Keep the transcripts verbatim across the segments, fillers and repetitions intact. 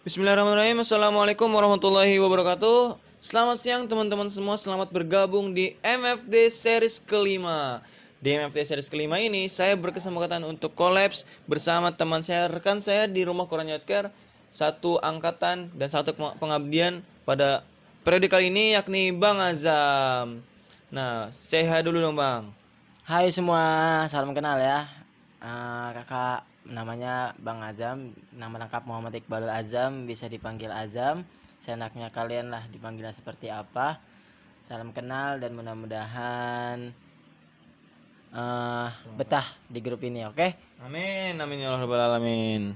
Bismillahirrahmanirrahim. Assalamualaikum warahmatullahi wabarakatuh. Selamat siang teman-teman semua. Selamat bergabung di M F D series kelima. Di M F D series kelima ini saya berkesempatan untuk kolaps bersama teman saya, rekan saya di Rumah Quran Healthcare, satu angkatan dan satu pengabdian pada periode kali ini, yakni Bang Azam. Nah, say hi dulu dong Bang. Hai semua, salam kenal ya. Eh, kakak namanya Bang Azam, nama lengkap Muhammad Iqbalul Azam, bisa dipanggil Azam. Seenaknya kalian lah dipanggilnya seperti apa. Salam kenal dan mudah-mudahan eh, betah di grup ini, oke? Amin, amin ya Allah rabbal alamin.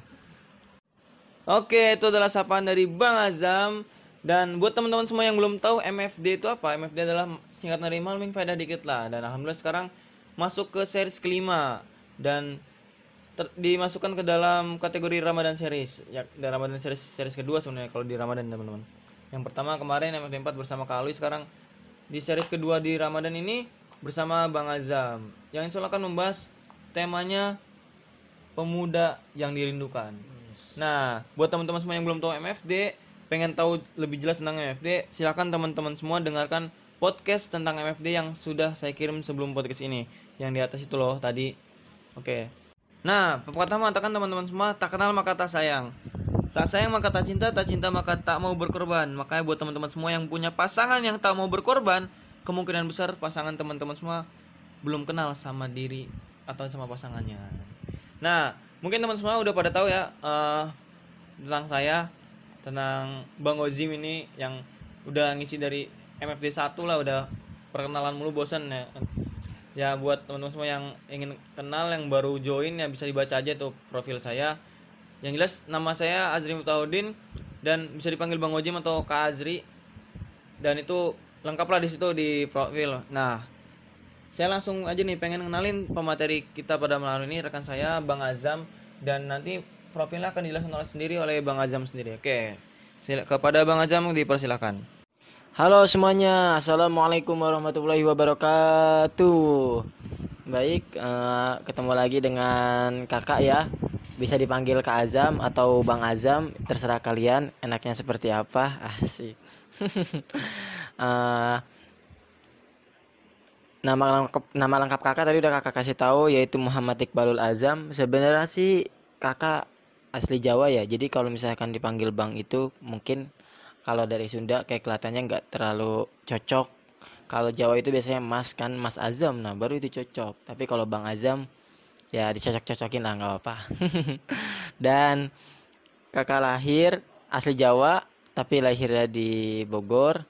Oke, itu adalah sapaan dari Bang Azam. Dan buat teman-teman semua yang belum tahu M F D itu apa, M F D adalah singkat dari Malming Faedah Dikit lah. Dan alhamdulillah sekarang masuk ke series kelima dan ter- dimasukkan ke dalam kategori Ramadan series. Ya, dan Ramadan series series kedua sebenarnya kalau di Ramadan teman-teman. Yang pertama kemarin M F D empat bersama Kak Alwi, sekarang di series kedua di Ramadan ini bersama Bang Azam. Yang insya Allah akan membahas temanya pemuda yang dirindukan. Nah, buat teman-teman semua yang belum tahu M F D, pengen tahu lebih jelas tentang M F D, silakan teman-teman semua dengarkan podcast tentang M F D yang sudah saya kirim sebelum podcast ini. Yang di atas itu loh tadi. Oke. Nah, pepatah mengatakan teman-teman semua, tak kenal maka tak sayang. Tak sayang maka tak cinta, tak cinta maka tak mau berkorban. Makanya buat teman-teman semua yang punya pasangan yang tak mau berkorban, kemungkinan besar pasangan teman-teman semua belum kenal sama diri atau sama pasangannya. Nah, mungkin teman semua udah pada tahu ya uh, tentang saya, tentang Bang Ozim ini yang udah ngisi dari M F D satu lah, udah perkenalan mulu bosan ya. Ya buat teman-teman semua yang ingin kenal, yang baru join ya bisa dibaca aja tuh profil saya. Yang jelas nama saya Azri Mutaudin dan bisa dipanggil Bang Ozim atau Kak Azri. Dan itu lengkaplah di situ di profil. Nah, saya langsung aja nih pengen kenalin pemateri kita pada malam ini, rekan saya Bang Azam, dan nanti profilnya akan dijelaskan oleh sendiri oleh Bang Azam sendiri. Oke. Sila, kepada Bang Azam dipersilakan. Halo semuanya, Assalamualaikum warahmatullahi wabarakatuh. Baik, eh, ketemu lagi dengan kakak ya. Bisa dipanggil Kak Azam atau Bang Azam, terserah kalian enaknya seperti apa. Asik. Eh, nama lengkap nama lengkap kakak tadi udah kakak kasih tahu, yaitu Muhammad Iqbalul Azam. Sebenarnya sih kakak asli Jawa ya. Jadi kalau misalkan dipanggil Bang itu mungkin kalau dari Sunda kayak kelihatannya nggak terlalu cocok. Kalau Jawa itu biasanya Mas kan, Mas Azam, nah baru itu cocok. Tapi kalau Bang Azam ya dicocok-cocokin lah, nggak apa-apa. Dan kakak lahir asli Jawa tapi lahirnya di Bogor.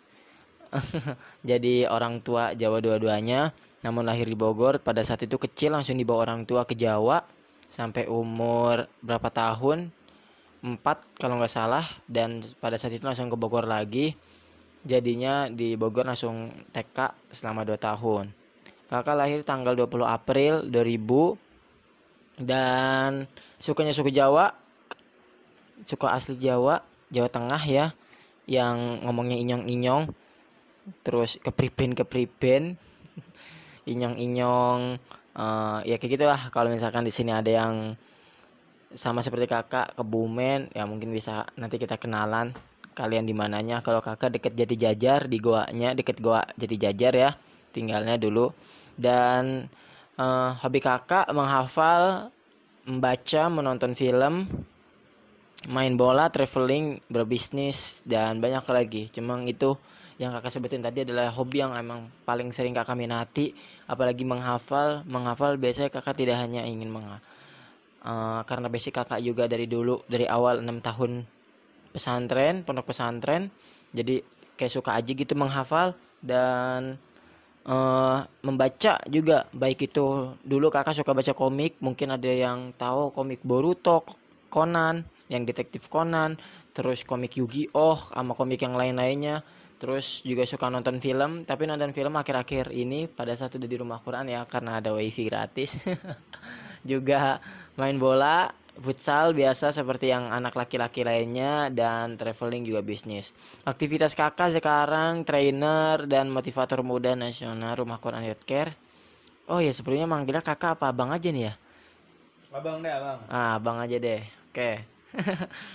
Jadi orang tua Jawa dua-duanya, namun lahir di Bogor. Pada saat itu kecil langsung dibawa orang tua ke Jawa sampai umur berapa tahun, empat kalau nggak salah, dan pada saat itu langsung ke Bogor lagi. Jadinya di Bogor langsung T K selama dua tahun. Kakak lahir tanggal dua puluh April dua ribu dan sukanya suku Jawa, suku asli Jawa, Jawa Tengah ya, yang ngomongnya inyong-inyong, terus kepriben-kepriben, inyong-inyong, uh, ya kayak gitulah. Kalau misalkan di sini ada yang sama seperti kakak Kebumen, ya mungkin bisa nanti kita kenalan kalian di mananya. Kalau kakak deket Jati Jajar, di goanya deket goa Jati Jajar ya tinggalnya dulu. Dan uh, hobi kakak menghafal, membaca, menonton film, main bola, traveling, berbisnis, dan banyak lagi. Cuma itu yang kakak sebutin tadi adalah hobi yang emang paling sering kakak minati. Apalagi menghafal. Menghafal biasanya kakak tidak hanya ingin menghafal, uh, karena basic kakak juga dari dulu, dari awal enam tahun pesantren, pondok pesantren. Jadi kayak suka aja gitu menghafal dan uh, membaca juga. Baik itu dulu kakak suka baca komik, mungkin ada yang tahu komik Boruto, Conan, yang detektif Conan, terus komik Yu-Gi-Oh sama komik yang lain-lainnya. Terus juga suka nonton film, tapi nonton film akhir-akhir ini pada saat udah di rumah Quran ya, karena ada wifi gratis. Juga main bola, futsal biasa seperti yang anak laki-laki lainnya, dan traveling juga bisnis. Aktivitas kakak sekarang trainer dan motivator muda nasional Rumah Quran Healthcare. Oh ya, sebelumnya manggilnya kakak apa abang aja nih ya? Abang deh, abang. Ah, abang aja deh. Oke.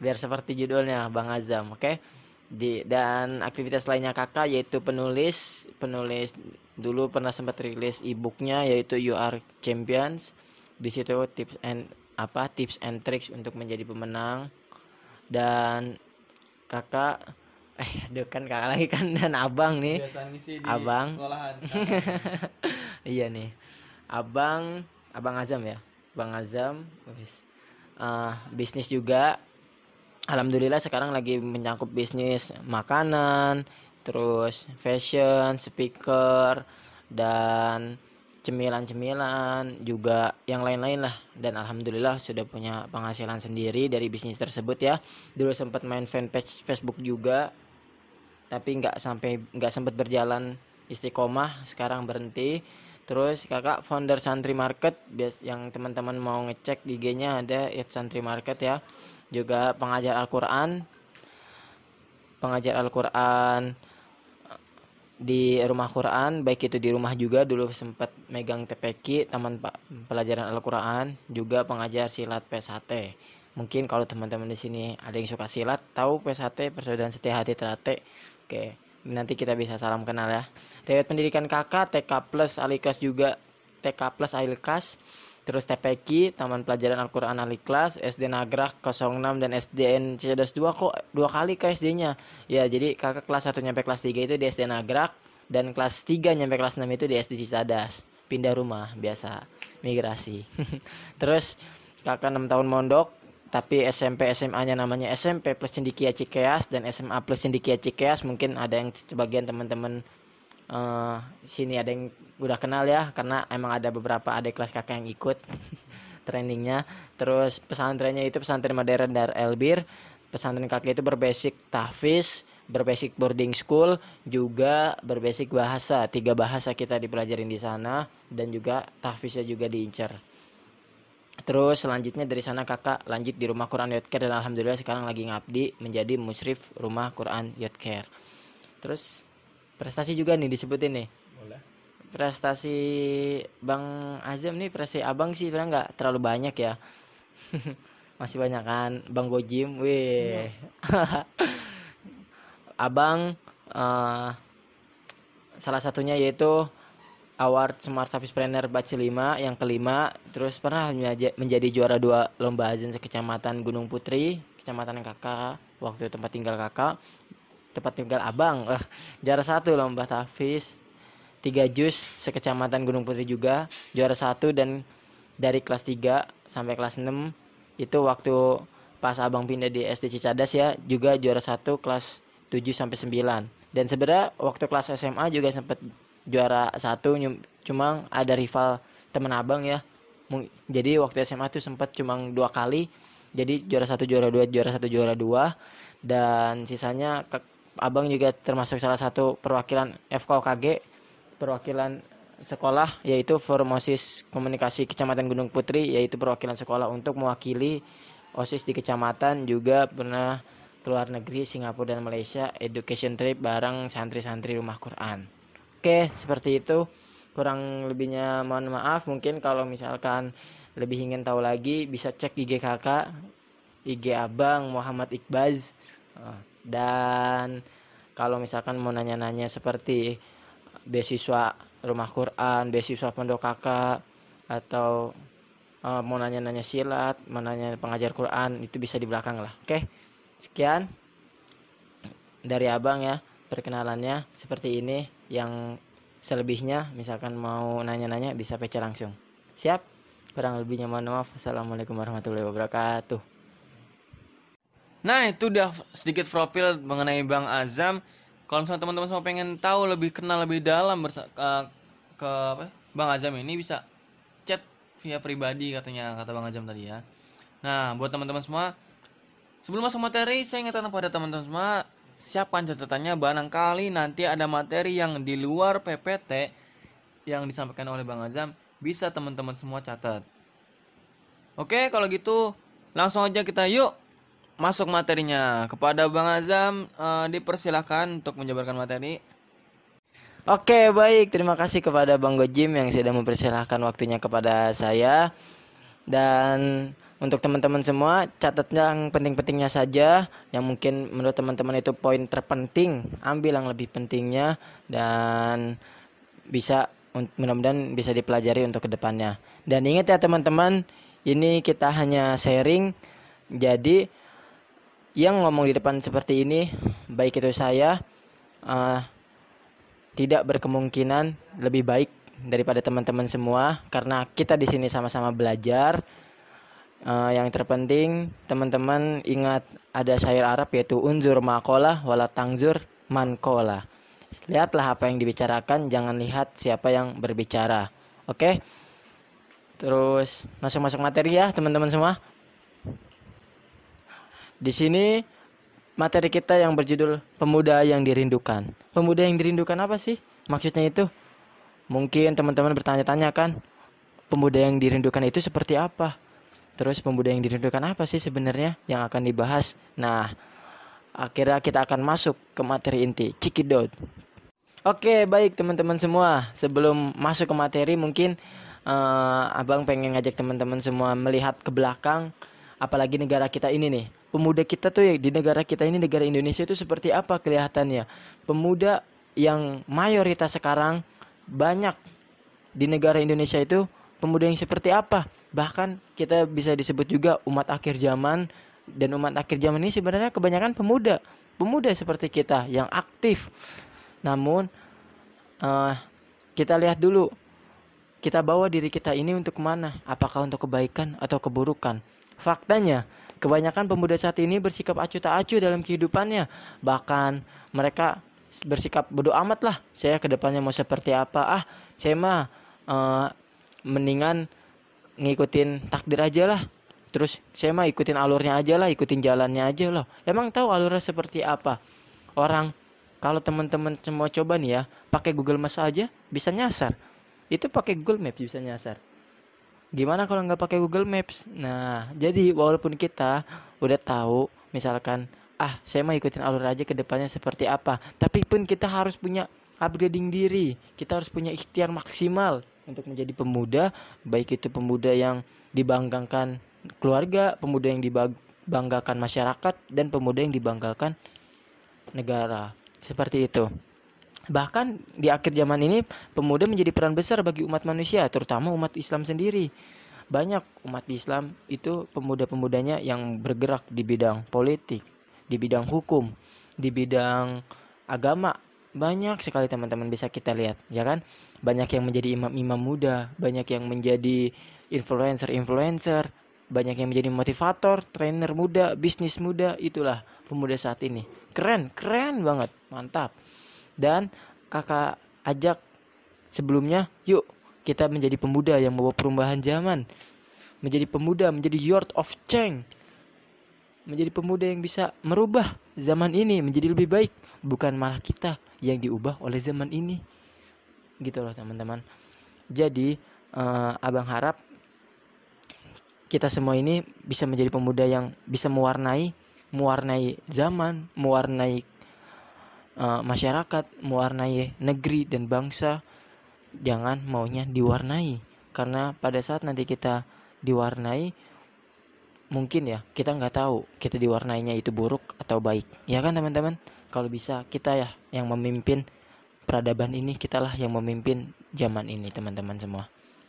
biar seperti judulnya Bang Azam, oke? Di dan aktivitas lainnya kakak yaitu penulis, penulis dulu pernah sempat rilis e-booknya yaitu You Are Champions. Di situ tips and apa tips and tricks untuk menjadi pemenang. Dan kakak eh aduh kan kakak lagi kan dan abang nih. Biasa ngisi di Abang. sekolahan. Iya nih. Abang, Abang Azam ya. Bang Azam, wis. Uh, bisnis juga. Alhamdulillah sekarang lagi menyangkut bisnis makanan, terus fashion, speaker, dan cemilan-cemilan juga yang lain-lain lah. Dan alhamdulillah sudah punya penghasilan sendiri dari bisnis tersebut ya. Dulu sempat main fanpage Facebook juga, tapi nggak sampai nggak sempat berjalan istiqomah, sekarang berhenti. Terus kakak founder Santri Market, bias yang teman-teman mau ngecek di I G-nya ada at Santri Market ya. Juga pengajar Al-Qur'an. Pengajar Al-Qur'an di rumah Quran, baik itu di rumah juga, dulu sempat megang T P Q, Taman Pelajaran Al-Qur'an, juga pengajar silat P S H T. Mungkin kalau teman-teman di sini ada yang suka silat, tahu P S H T, Persaudaraan Setia Hati Terate. Oke, nanti kita bisa salam kenal ya. Riwayat pendidikan kakak T K plus Aliklas juga, T K plus Aliklas. Terus T P Q, Taman Pelajaran Al-Qur'an Aliklas, S D Nagrak nol enam dan S D N Cicadas dua kok dua kali ke S D-nya. Ya, jadi kakak kelas satu nyampe kelas tiga itu di S D Nagrak dan kelas tiga nyampe kelas enam itu di S D Cicadas. Pindah rumah biasa, migrasi. Terus kakak enam tahun mondok, tapi S M P S M A-nya namanya S M P plus Cendikia Cikeas dan S M A plus Cendikia Cikeas. Mungkin ada yang sebagian teman-teman Uh, sini ada yang udah kenal ya, karena emang ada beberapa adik kelas kakak yang ikut trainingnya. Terus pesantrennya itu pesantren modern Dar Elbir. Pesantren kakek itu berbasic tahfiz, berbasic boarding school, juga berbasic bahasa. Tiga bahasa kita dipelajarin di sana dan juga tahfiznya juga diincar. Terus selanjutnya dari sana kakak lanjut di Rumah Quran Youth Care dan alhamdulillah sekarang lagi ngabdi menjadi musyrif Rumah Quran Youth Care. Terus prestasi juga nih disebutin nih. Boleh. Prestasi Bang Azam nih, prestasi abang sih sebenarnya nggak terlalu banyak ya. Masih banyak kan Bang Gojim, wih. Abang uh, salah satunya yaitu Award Smart Service Planner batch lima yang kelima. Terus pernah menjadi juara dua lomba azan sekecamatan Gunung Putri, kecamatan kakak waktu tempat tinggal kakak. Tempat tinggal abang, eh, juara satu lomba tahfiz tiga juz sekecamatan Gunung Putri juga, juara satu. Dan dari kelas tiga sampai kelas enam itu waktu pas abang pindah di S D Cicadas ya, juga juara satu kelas tujuh sampai sembilan. Dan sebenarnya waktu kelas S M A juga sempat juara satu, cuma ada rival temen abang ya. Jadi waktu S M A tuh sempat cuma dua kali, jadi juara satu juara dua juara satu juara dua. Dan sisanya ke abang juga termasuk salah satu perwakilan F K O K G, perwakilan sekolah, yaitu Forum OSIS Komunikasi Kecamatan Gunung Putri, yaitu perwakilan sekolah untuk mewakili OSIS di kecamatan. Juga pernah keluar negeri Singapura dan Malaysia education trip bareng santri-santri Rumah Quran. Oke, seperti itu. Kurang lebihnya mohon maaf. Mungkin kalau misalkan lebih ingin tahu lagi bisa cek I G kakak, I G abang Muhammad Iqbaz. Dan kalau misalkan mau nanya-nanya seperti beasiswa Rumah Quran, beasiswa pondok kakak, atau uh, mau nanya-nanya silat, mau nanya pengajar Quran, itu bisa di belakang lah. Oke, sekian dari abang ya perkenalannya seperti ini. Yang selebihnya misalkan mau nanya-nanya bisa P C langsung. Siap? Kurang lebihnya mohon maaf. Assalamualaikum warahmatullahi wabarakatuh. Nah, itu udah sedikit profil mengenai Bang Azam. Kalau misalnya teman-teman semua pengen tahu lebih kenal lebih dalam bersa- ke, ke apa, Bang Azam ini, bisa chat via pribadi katanya, kata Bang Azam tadi ya. Nah, buat teman-teman semua, sebelum masuk materi, saya ingatkan kepada teman-teman semua, siapkan catatannya, barangkali nanti ada materi yang di luar P P T yang disampaikan oleh Bang Azam, bisa teman-teman semua catat. Oke, kalau gitu langsung aja kita yuk masuk materinya. Kepada Bang Azam uh, dipersilahkan untuk menjabarkan materi. Oke, baik. Terima kasih kepada Bang Gojim yang sudah mempersilahkan waktunya kepada saya. Dan Untuk teman-teman semua, catat yang penting-pentingnya saja, yang mungkin menurut teman-teman itu poin terpenting, ambil yang lebih pentingnya dan bisa mudah-mudahan bisa dipelajari untuk kedepannya. Dan ingat ya teman-teman, ini kita hanya sharing, jadi yang ngomong di depan seperti ini, baik itu saya, uh, tidak berkemungkinan lebih baik daripada teman-teman semua, karena kita di sini sama-sama belajar. Uh, yang terpenting teman-teman ingat ada syair Arab yaitu unzur maqalah wala tangzur manqalah. Lihatlah apa yang dibicarakan, jangan lihat siapa yang berbicara. Oke? Terus masuk-masuk materi ya teman-teman semua. Di sini materi kita yang berjudul pemuda yang dirindukan. Pemuda yang dirindukan apa sih? Maksudnya itu mungkin teman-teman bertanya-tanya kan, pemuda yang dirindukan itu seperti apa? Terus pemuda yang dirindukan apa sih sebenarnya yang akan dibahas? Nah, akhirnya kita akan masuk ke materi inti. Cikidot. Oke, baik teman-teman semua. Sebelum masuk ke materi, mungkin uh, Abang pengen ngajak teman-teman semua melihat ke belakang, apalagi negara kita ini nih. Pemuda kita tuh ya, di negara kita ini, negara Indonesia itu seperti apa kelihatannya? Pemuda yang mayoritas sekarang banyak di negara Indonesia itu pemuda yang seperti apa? Bahkan kita bisa disebut juga umat akhir zaman, dan umat akhir zaman ini sebenarnya kebanyakan pemuda. Pemuda seperti kita yang aktif. Namun uh, kita lihat dulu, kita bawa diri kita ini untuk mana? Apakah untuk kebaikan atau keburukan? Faktanya, kebanyakan pemuda saat ini bersikap acuh tak acuh dalam kehidupannya. Bahkan mereka bersikap bodo amat lah, saya kedepannya mau seperti apa. Ah, saya mah uh, mendingan ngikutin takdir aja lah. Terus saya mah ikutin alurnya aja lah, ikutin jalannya aja loh. Emang tahu alurnya seperti apa? Orang, kalau teman-teman semua coba nih ya, pakai Google Maps aja bisa nyasar. Itu pakai Google Maps bisa nyasar. Gimana kalau nggak pakai Google Maps? Nah, jadi walaupun kita udah tahu, misalkan, ah saya mah ikutin alur aja ke depannya seperti apa. Tapi pun kita harus punya upgrading diri. Kita harus punya ikhtiar maksimal untuk menjadi pemuda, baik itu pemuda yang dibanggakan keluarga, pemuda yang dibanggakan masyarakat, dan pemuda yang dibanggakan negara. Seperti itu. Bahkan di akhir zaman ini pemuda menjadi peran besar bagi umat manusia, terutama umat Islam sendiri. Banyak umat Islam itu pemuda-pemudanya yang bergerak di bidang politik, di bidang hukum, di bidang agama. Banyak sekali teman-teman bisa kita lihat, ya kan? Banyak yang menjadi imam-imam muda, banyak yang menjadi influencer-influencer, banyak yang menjadi motivator, trainer muda, bisnis muda. Itulah pemuda saat ini. Keren, keren banget, mantap. Dan kakak ajak sebelumnya, yuk kita menjadi pemuda yang membawa perubahan zaman. Menjadi pemuda, menjadi youth of change. Menjadi pemuda yang bisa merubah zaman ini menjadi lebih baik. Bukan malah kita yang diubah oleh zaman ini. Gitu loh teman-teman. Jadi uh, abang harap kita semua ini bisa menjadi pemuda yang bisa mewarnai, mewarnai zaman, mewarnai uh, masyarakat, mewarnai negeri dan bangsa. Jangan maunya diwarnai, karena pada saat nanti kita diwarnai, mungkin ya kita nggak tahu kita diwarnainya itu buruk atau baik, ya kan teman-teman? Kalau bisa kita ya yang memimpin peradaban ini, kitalah yang memimpin zaman ini teman-teman semua.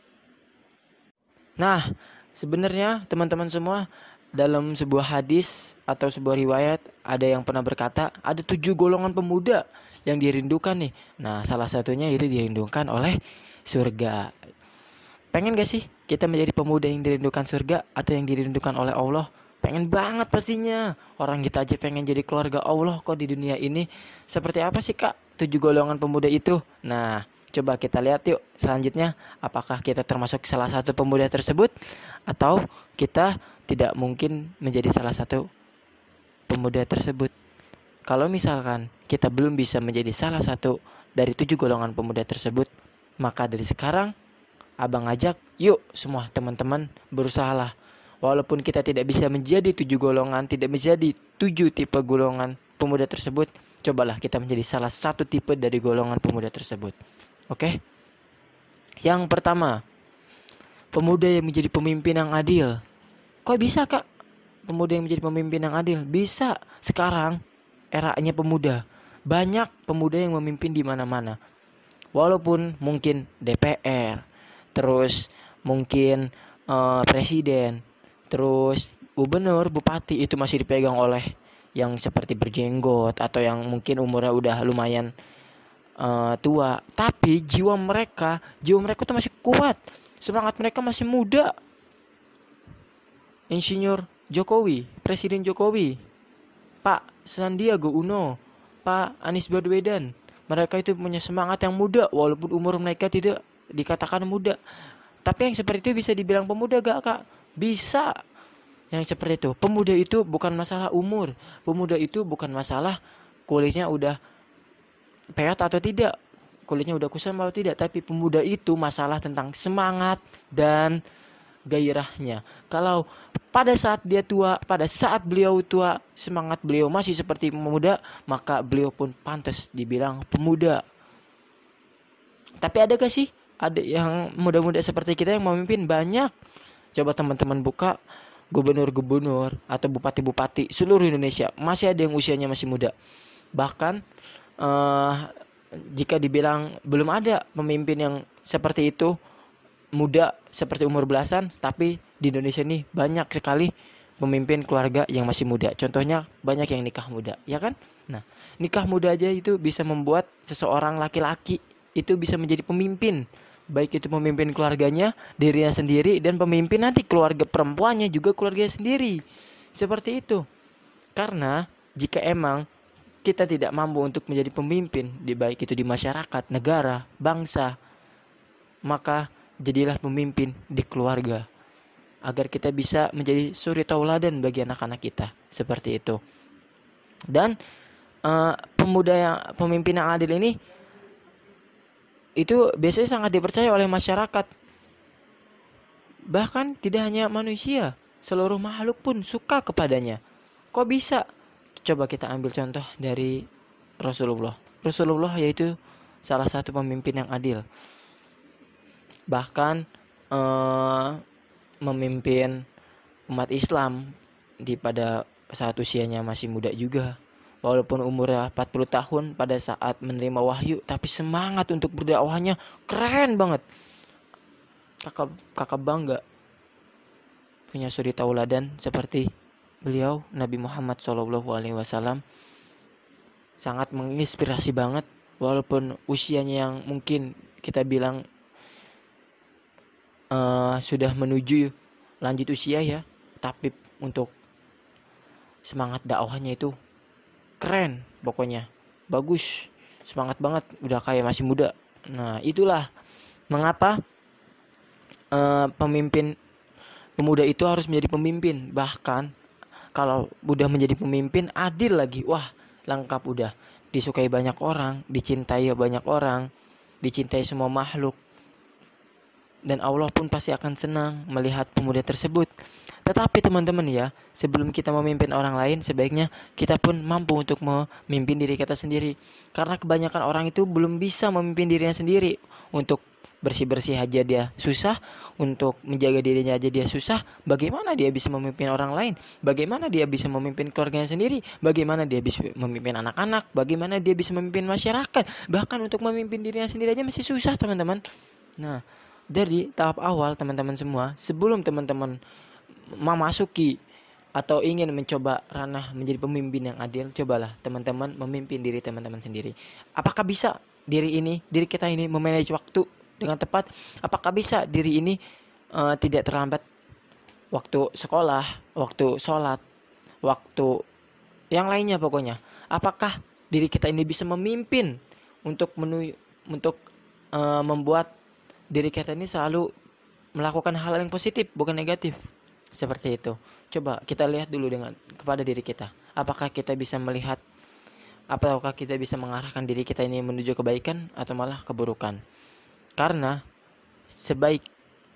Nah, sebenarnya teman-teman semua, dalam sebuah hadis atau sebuah riwayat ada yang pernah berkata ada tujuh golongan pemuda yang dirindukan nih. Nah, salah satunya itu dirindukan oleh surga. Pengen gak sih kita menjadi pemuda yang dirindukan surga atau yang dirindukan oleh Allah? Pengen banget pastinya. Orang kita aja pengen jadi keluarga Allah kok di dunia ini. Seperti apa sih kak tujuh golongan pemuda itu? Nah, coba kita lihat yuk selanjutnya. Apakah kita termasuk salah satu pemuda tersebut, atau kita tidak mungkin menjadi salah satu pemuda tersebut. Kalau misalkan kita belum bisa menjadi salah satu dari tujuh golongan pemuda tersebut, maka dari sekarang abang ajak, yuk semua teman-teman berusahalah. Walaupun kita tidak bisa menjadi tujuh golongan, tidak menjadi tujuh tipe golongan pemuda tersebut, cobalah kita menjadi salah satu tipe dari golongan pemuda tersebut. Oke? Yang pertama, pemuda yang menjadi pemimpin yang adil. Kok bisa kak pemuda yang menjadi pemimpin yang adil? Bisa. Sekarang eranya pemuda. Banyak pemuda yang memimpin di mana-mana. Walaupun mungkin D P R, terus mungkin uh, presiden, terus gubernur, bupati itu masih dipegang oleh yang seperti berjenggot atau yang mungkin umurnya udah lumayan uh, tua. Tapi jiwa mereka, jiwa mereka tuh masih kuat. Semangat mereka masih muda. Insinyur Jokowi, Presiden Jokowi, Pak Sandiaga Uno, Pak Anies Baswedan, mereka itu punya semangat yang muda walaupun umur mereka tidak dikatakan muda. Tapi yang seperti itu bisa dibilang pemuda gak kak? Bisa. Yang seperti itu. Pemuda itu bukan masalah umur. Pemuda itu bukan masalah kulitnya udah peot atau tidak. Kulitnya udah kusam atau tidak. Tapi pemuda itu masalah tentang semangat dan gairahnya. Kalau pada saat dia tua, pada saat beliau tua, semangat beliau masih seperti pemuda, maka beliau pun pantas dibilang pemuda. Tapi ada gak sih? Ada yang muda-muda seperti kita yang memimpin? Banyak. Coba teman-teman buka gubernur-gubernur atau bupati-bupati seluruh Indonesia. Masih ada yang usianya masih muda. Bahkan uh, jika dibilang belum ada pemimpin yang seperti itu, muda seperti umur belasan, tapi di Indonesia ini banyak sekali pemimpin keluarga yang masih muda. Contohnya banyak yang nikah muda, ya kan? Nah, nikah muda aja itu bisa membuat seseorang laki-laki itu bisa menjadi pemimpin. Baik itu pemimpin keluarganya, dirinya sendiri, dan pemimpin nanti keluarga perempuannya juga keluarganya sendiri. Seperti itu. Karena jika emang kita tidak mampu untuk menjadi pemimpin, di baik itu di masyarakat, negara, bangsa, maka jadilah pemimpin di keluarga agar kita bisa menjadi suri tauladan bagi anak-anak kita, seperti itu. Dan uh, pemuda yang pemimpin yang adil ini itu biasanya sangat dipercaya oleh masyarakat. Bahkan tidak hanya manusia, seluruh makhluk pun suka kepadanya. Kok bisa? Coba kita ambil contoh dari Rasulullah. Rasulullah yaitu salah satu pemimpin yang adil. Bahkan eh, memimpin umat Islam di pada saat usianya masih muda juga. Walaupun umurnya empat puluh tahun pada saat menerima wahyu, tapi semangat untuk berdakwahnya keren banget. Kakak kakak bangga punya suri tauladan seperti beliau, Nabi Muhammad shallallahu alaihi wasallam. Sangat menginspirasi banget walaupun usianya yang mungkin kita bilang Uh, sudah menuju lanjut usia ya, tapi untuk semangat dakwahnya itu keren, pokoknya bagus, semangat banget, udah kayak masih muda. Nah itulah mengapa uh, pemimpin pemuda itu harus menjadi pemimpin. Bahkan kalau udah menjadi pemimpin adil lagi, wah lengkap, udah disukai banyak orang, dicintai banyak orang, dicintai semua makhluk. Dan Allah pun pasti akan senang melihat pemuda tersebut. Tetapi teman-teman ya, sebelum kita memimpin orang lain, sebaiknya kita pun mampu untuk memimpin diri kita sendiri. Karena kebanyakan orang itu belum bisa memimpin dirinya sendiri. Untuk bersih-bersih aja dia susah, untuk menjaga dirinya aja dia susah. Bagaimana dia bisa memimpin orang lain? Bagaimana dia bisa memimpin keluarganya sendiri? Bagaimana dia bisa memimpin anak-anak? Bagaimana dia bisa memimpin masyarakat? Bahkan untuk memimpin dirinya sendiri aja masih susah teman-teman. Nah, dari tahap awal teman-teman semua, sebelum teman-teman memasuki atau ingin mencoba ranah menjadi pemimpin yang adil, cobalah teman-teman memimpin diri teman-teman sendiri. Apakah bisa diri ini, diri kita ini memanage waktu dengan tepat? Apakah bisa diri ini uh, tidak terlambat waktu sekolah, waktu sholat, waktu yang lainnya pokoknya? Apakah diri kita ini bisa memimpin untuk menu untuk uh, membuat diri kita ini selalu melakukan hal yang positif, bukan negatif. Seperti itu. Coba kita lihat dulu dengan kepada diri kita. Apakah kita bisa melihat, apakah kita bisa mengarahkan diri kita ini menuju kebaikan atau malah keburukan? Karena sebaik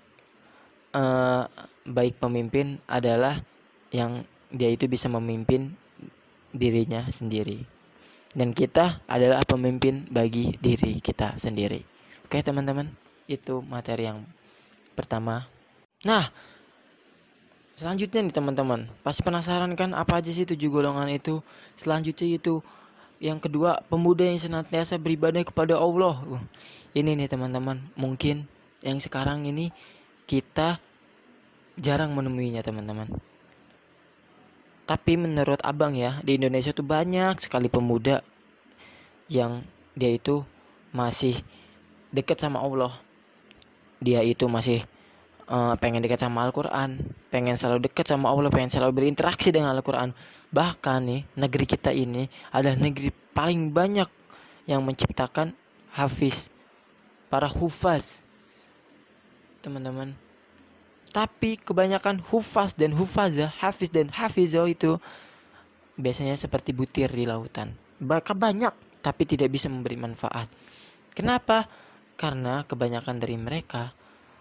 uh, baik pemimpin adalah yang dia itu bisa memimpin dirinya sendiri. Dan kita adalah pemimpin bagi diri kita sendiri. Oke teman-teman, itu materi yang pertama. Nah, Selanjutnya nih teman-teman, pasti penasaran kan apa aja sih tujuh golongan itu? Selanjutnya itu yang kedua, pemuda yang senantiasa beribadah kepada Allah. Uh, Ini nih teman-teman, mungkin yang sekarang ini kita jarang menemuinya teman-teman. Tapi menurut abang ya, di Indonesia tuh banyak sekali pemuda yang dia itu masih dekat sama Allah. Dia itu masih uh, pengen dekat sama Al-Quran, pengen selalu dekat sama Allah, pengen selalu berinteraksi dengan Al-Quran. Bahkan nih, negeri kita ini adalah negeri paling banyak yang menciptakan hafiz, para hufaz, teman-teman. Tapi kebanyakan hufaz dan hufazah, hafiz dan hafizah itu biasanya seperti butir di lautan. Bahkan banyak, tapi tidak bisa memberi manfaat. Kenapa? Karena kebanyakan dari mereka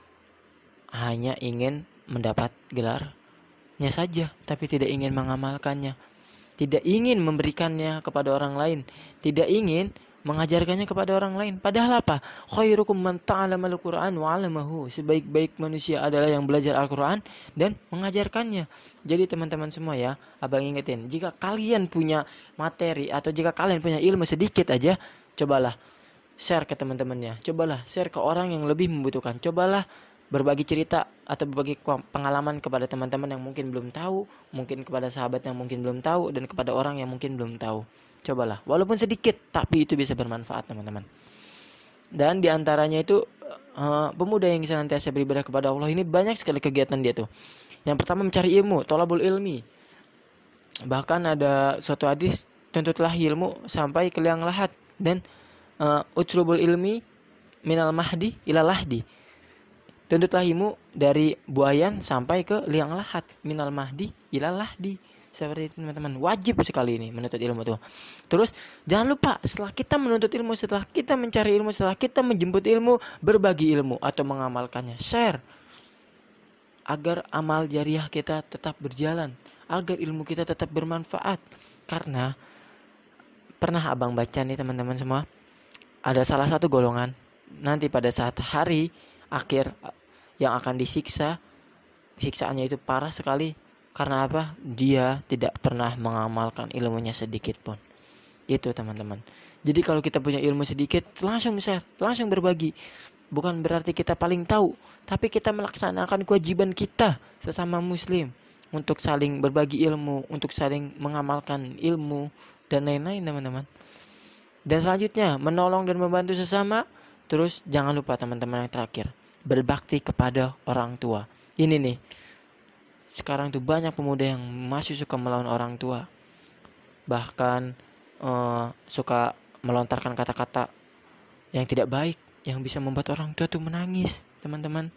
hanya ingin mendapat gelarnya saja, tapi tidak ingin mengamalkannya, tidak ingin memberikannya kepada orang lain, tidak ingin mengajarkannya kepada orang lain. Padahal apa? Khairukum man ta'allama al-Qur'an wa 'allamahu. Sebaik-baik manusia adalah yang belajar Al-Qur'an dan mengajarkannya. Jadi teman-teman semua ya, abang ingetin, jika kalian punya materi atau jika kalian punya ilmu sedikit aja, cobalah share ke teman-temannya. Cobalah share ke orang yang lebih membutuhkan. Cobalah berbagi cerita atau berbagi pengalaman kepada teman-teman yang mungkin belum tahu, mungkin kepada sahabat yang mungkin belum tahu, dan kepada orang yang mungkin belum tahu. Cobalah, walaupun sedikit, tapi itu bisa bermanfaat teman-teman. Dan diantaranya itu uh, pemuda yang senantiasa beribadah kepada Allah ini banyak sekali kegiatan dia tuh. Yang pertama mencari ilmu, tolabul ilmi. Bahkan ada suatu hadis, tuntutlah ilmu sampai ke liang lahat, dan uh, utlubul ilmi minal mahdi ila lahdi. Tuntutlah ilmu dari buayan sampai ke liang lahat, minal mahdi ila lahdi. Seperti itu teman-teman, wajib sekali ini menuntut ilmu tuh. Terus jangan lupa, setelah kita menuntut ilmu, setelah kita mencari ilmu, setelah kita menjemput ilmu, berbagi ilmu atau mengamalkannya, share, agar amal jariah kita tetap berjalan, agar ilmu kita tetap bermanfaat. Karena pernah abang baca nih teman-teman semua, ada salah satu golongan nanti pada saat hari akhir yang akan disiksa, siksaannya itu parah sekali. Karena apa? Dia tidak pernah mengamalkan ilmunya sedikit pun. Itu teman-teman. Jadi kalau kita punya ilmu sedikit, langsung share, langsung berbagi. Bukan berarti kita paling tahu, tapi kita melaksanakan kewajiban kita sesama muslim untuk saling berbagi ilmu, untuk saling mengamalkan ilmu dan lain-lain teman-teman. Dan selanjutnya menolong dan membantu sesama. Terus jangan lupa teman-teman yang terakhir, berbakti kepada orang tua. Ini nih, sekarang tuh banyak pemuda yang masih suka melawan orang tua, bahkan uh, suka melontarkan kata-kata yang tidak baik, yang bisa membuat orang tua tuh menangis teman-teman.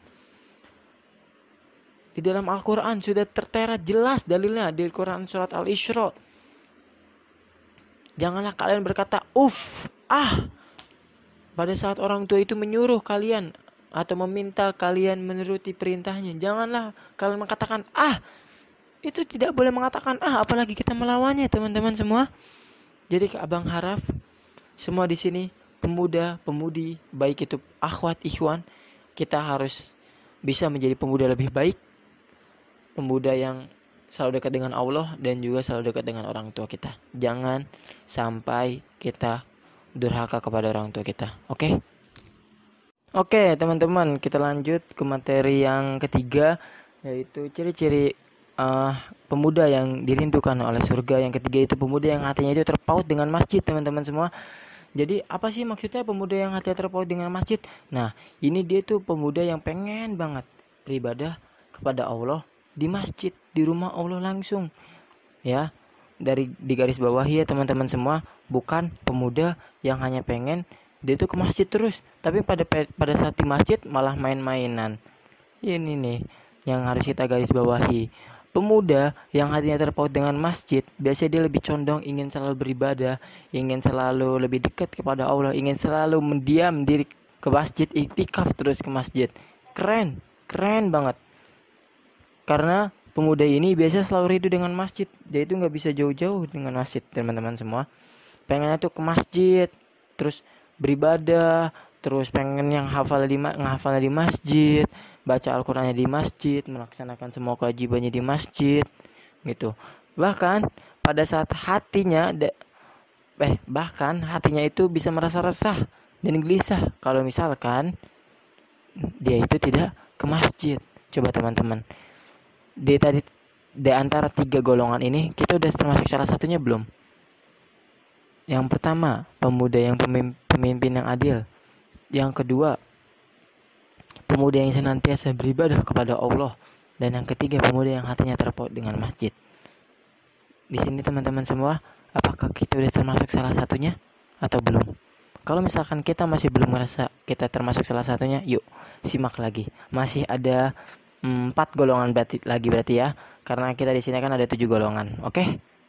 Di dalam Al-Quran sudah tertera jelas dalilnya di Quran surat Al-Isra. Janganlah kalian berkata uff, ah, pada saat orang tua itu menyuruh kalian atau meminta kalian menuruti perintahnya. Janganlah kalian mengatakan ah. Itu tidak boleh mengatakan ah, apalagi kita melawannya teman-teman semua. Jadi abang harap semua di sini, pemuda, pemudi, baik itu akhwat, ikhwan, kita harus bisa menjadi pemuda lebih baik, pemuda yang selalu dekat dengan Allah dan juga selalu dekat dengan orang tua kita. Jangan sampai kita durhaka kepada orang tua kita. Oke? Okay? Oke, teman-teman, kita lanjut ke materi yang ketiga, yaitu ciri-ciri uh, pemuda yang dirindukan oleh surga. Yang ketiga itu pemuda yang hatinya itu terpaut dengan masjid, teman-teman semua. Jadi apa sih maksudnya pemuda yang hatinya terpaut dengan masjid? Nah, ini dia tuh pemuda yang pengen banget beribadah kepada Allah di masjid, di rumah Allah langsung. Ya, dari di garis bawah ya teman-teman semua, bukan pemuda yang hanya pengen dia tuh ke masjid terus, tapi pada pada saat di masjid malah main-mainan. Ini nih yang harus kita garis bawahi. Pemuda yang hatinya terpaut dengan masjid, biasanya dia lebih condong ingin selalu beribadah, ingin selalu lebih dekat kepada Allah, ingin selalu mendiam diri ke masjid, iktikaf terus ke masjid. Keren, keren banget. Karena pemuda ini biasa selalu rindu dengan masjid, dia itu nggak bisa jauh-jauh dengan masjid, teman-teman semua. Pengennya tuh ke masjid, terus beribadah, terus pengen yang hafal di ma- ngehafal di masjid, baca Al-Qur'annya di masjid, melaksanakan semua kewajibannya di masjid gitu. Bahkan pada saat hatinya de- eh bahkan hatinya itu bisa merasa resah dan gelisah kalau misalkan dia itu tidak ke masjid. Coba teman-teman, di tadi di antara tiga golongan ini kita udah termasuk salah satunya belum? Yang pertama, pemuda yang pemim- pemimpin yang adil. Yang kedua, pemuda yang senantiasa beribadah kepada Allah. Dan yang ketiga, pemuda yang hatinya terpaut dengan masjid. Di sini teman-teman semua, apakah kita udah termasuk salah satunya atau belum? Kalau misalkan kita masih belum merasa kita termasuk salah satunya, yuk simak lagi. Masih ada empat golongan berarti, lagi berarti ya. Karena kita di sini kan ada tujuh golongan, oke?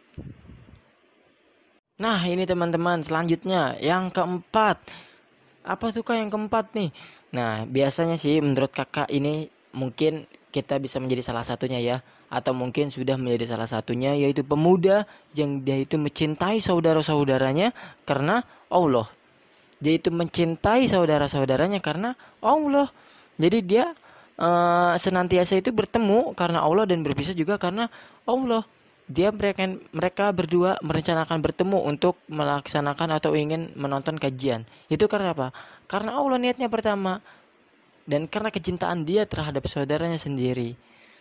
Nah, ini teman-teman, selanjutnya yang keempat. Apa tuh Kak yang keempat nih? Nah, biasanya sih menurut Kakak ini mungkin kita bisa menjadi salah satunya ya, atau mungkin sudah menjadi salah satunya, yaitu pemuda yang dia itu mencintai saudara-saudaranya karena Allah. Dia itu mencintai saudara-saudaranya karena Allah. Jadi dia eh, senantiasa itu bertemu karena Allah dan berpisah juga karena Allah. Dia mereka mereka berdua merencanakan bertemu untuk melaksanakan atau ingin menonton kajian. Itu karena apa? Karena Allah niatnya pertama, dan karena kecintaan dia terhadap saudaranya sendiri.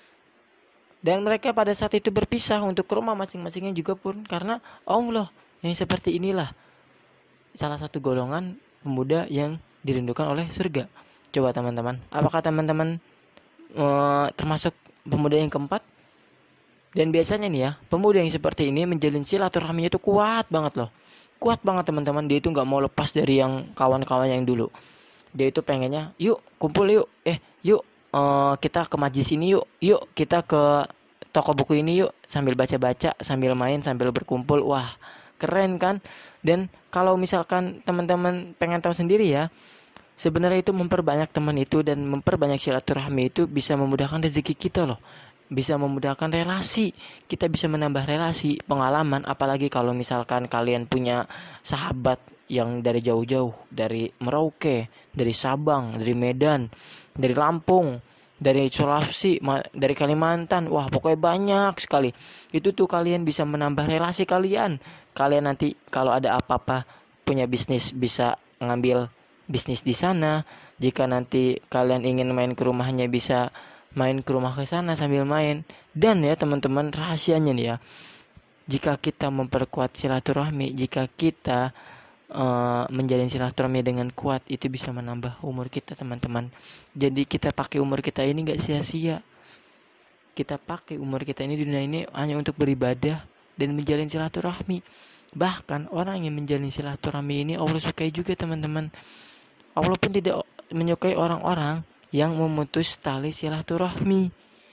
Dan mereka pada saat itu berpisah untuk ke rumah masing-masingnya juga pun karena Allah. Yang seperti inilah salah satu golongan pemuda yang dirindukan oleh surga. Coba teman-teman, apakah teman-teman eh, termasuk pemuda yang keempat? Dan biasanya nih ya, pemuda yang seperti ini menjalin silaturahminya itu kuat banget loh. Kuat banget teman-teman, dia itu nggak mau lepas dari yang kawan-kawan yang dulu. Dia itu pengennya, yuk kumpul yuk, eh yuk eh, kita ke majlis ini yuk, yuk kita ke toko buku ini yuk, sambil baca-baca, sambil main, sambil berkumpul. Wah, keren kan? Dan kalau misalkan teman-teman pengen tahu sendiri ya, sebenarnya itu memperbanyak teman itu dan memperbanyak silaturahmi itu bisa memudahkan rezeki kita loh. Bisa memudahkan relasi. Kita bisa menambah relasi, pengalaman, apalagi kalau misalkan kalian punya sahabat yang dari jauh-jauh, dari Merauke, dari Sabang, dari Medan, dari Lampung, dari Sulawesi, dari Kalimantan. Wah, pokoknya banyak sekali. Itu tuh kalian bisa menambah relasi kalian. Kalian nanti kalau ada apa-apa punya bisnis bisa ngambil bisnis di sana. Jika nanti kalian ingin main ke rumahnya bisa main ke rumah ke sana sambil main. Dan ya teman-teman, rahasianya nih ya, jika kita memperkuat silaturahmi, jika kita uh, menjalin silaturahmi dengan kuat, itu bisa menambah umur kita teman-teman. Jadi kita pakai umur kita ini gak sia-sia. Kita pakai umur kita ini di dunia ini hanya untuk beribadah dan menjalin silaturahmi. Bahkan orang yang menjalin silaturahmi ini Allah sukai juga teman-teman. Allah pun tidak menyukai orang-orang yang memutus tali silaturahmi.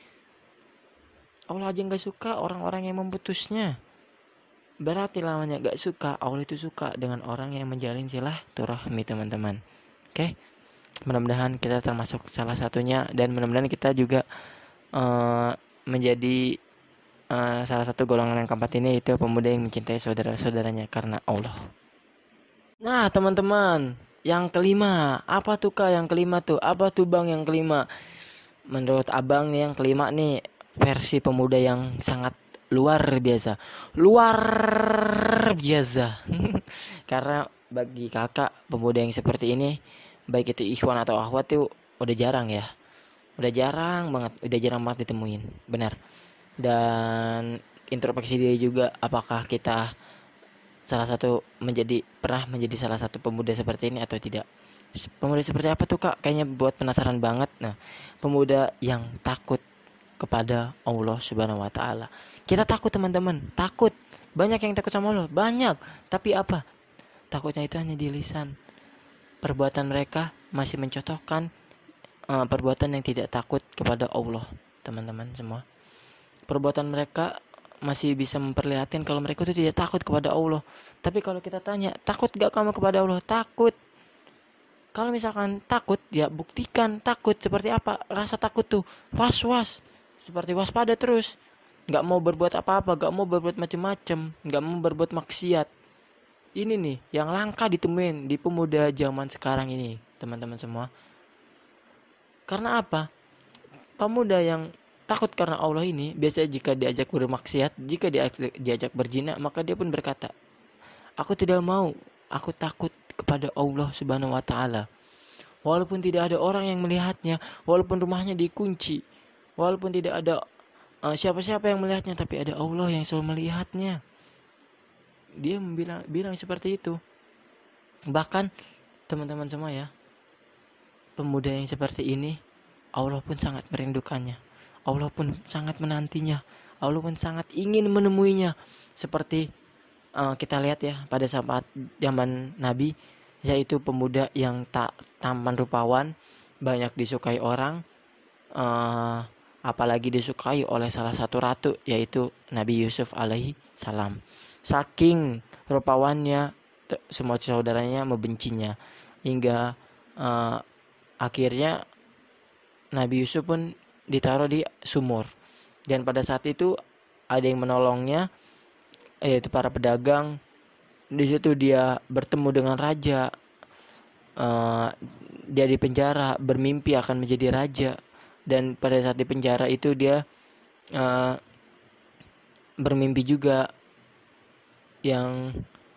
Allah aja gak suka orang-orang yang memutusnya. Berarti lamanya gak suka, Allah itu suka dengan orang yang menjalin silaturahmi teman-teman. Oke, mudah-mudahan kita termasuk salah satunya, dan mudah-mudahan kita juga uh, menjadi uh, salah satu golongan yang keempat ini, itu pemuda yang mencintai saudara-saudaranya karena Allah. Nah teman-teman, yang kelima, apa tuh Kak yang kelima tuh? Apa tuh Bang yang kelima? Menurut Abang nih yang kelima nih versi pemuda yang sangat luar biasa. Luar biasa. Karena bagi kakak pemuda yang seperti ini, baik itu ikhwan atau akhwat tuh udah jarang ya. Udah jarang banget, udah jarang banget ditemuin. Benar. Dan introspeksi diri juga, apakah kita salah satu menjadi pernah menjadi salah satu pemuda seperti ini atau tidak. Pemuda seperti apa tuh Kak? Kayaknya buat penasaran banget. Nah, pemuda yang takut kepada Allah Subhanahu wa taala. Kita takut teman-teman, takut. Banyak yang takut sama Allah, banyak. Tapi apa? Takutnya itu hanya di lisan. Perbuatan mereka masih mencontohkan uh, perbuatan yang tidak takut kepada Allah, teman-teman semua. Perbuatan mereka masih bisa memperlihatkan kalau mereka itu tidak takut kepada Allah. Tapi kalau kita tanya, takut gak kamu kepada Allah? Takut. Kalau misalkan takut, ya buktikan takut. Seperti apa rasa takut tuh? Was-was, seperti waspada terus, gak mau berbuat apa-apa, gak mau berbuat macam-macam, gak mau berbuat maksiat. Ini nih yang langka ditemuin di pemuda zaman sekarang ini, teman-teman semua. Karena apa? pemuda yang takut karena Allah ini biasanya jika diajak bermaksiat, jika diajak, diajak berzina, maka dia pun berkata, aku tidak mau, aku takut kepada Allah Subhanahu wa taala. Walaupun tidak ada orang yang melihatnya, walaupun rumahnya dikunci, walaupun tidak ada uh, siapa-siapa yang melihatnya, tapi ada Allah yang selalu melihatnya. Dia bilang bilang seperti itu. Bahkan teman-teman semua ya, pemuda yang seperti ini Allah pun sangat merindukannya. Allah pun sangat menantinya. Allah pun sangat ingin menemuinya. Seperti uh, kita lihat ya pada saat zaman Nabi, yaitu pemuda yang tak tampan rupawan, banyak disukai orang, uh, apalagi disukai oleh salah satu ratu, yaitu Nabi Yusuf alaihi salam. Saking rupawannya, semua saudaranya membencinya, hingga uh, akhirnya Nabi Yusuf pun ditaruh di sumur. Dan pada saat itu ada yang menolongnya, yaitu para pedagang. Di situ dia bertemu dengan raja. Uh, dia di penjara, bermimpi akan menjadi raja. Dan pada saat di penjara itu dia uh, bermimpi juga yang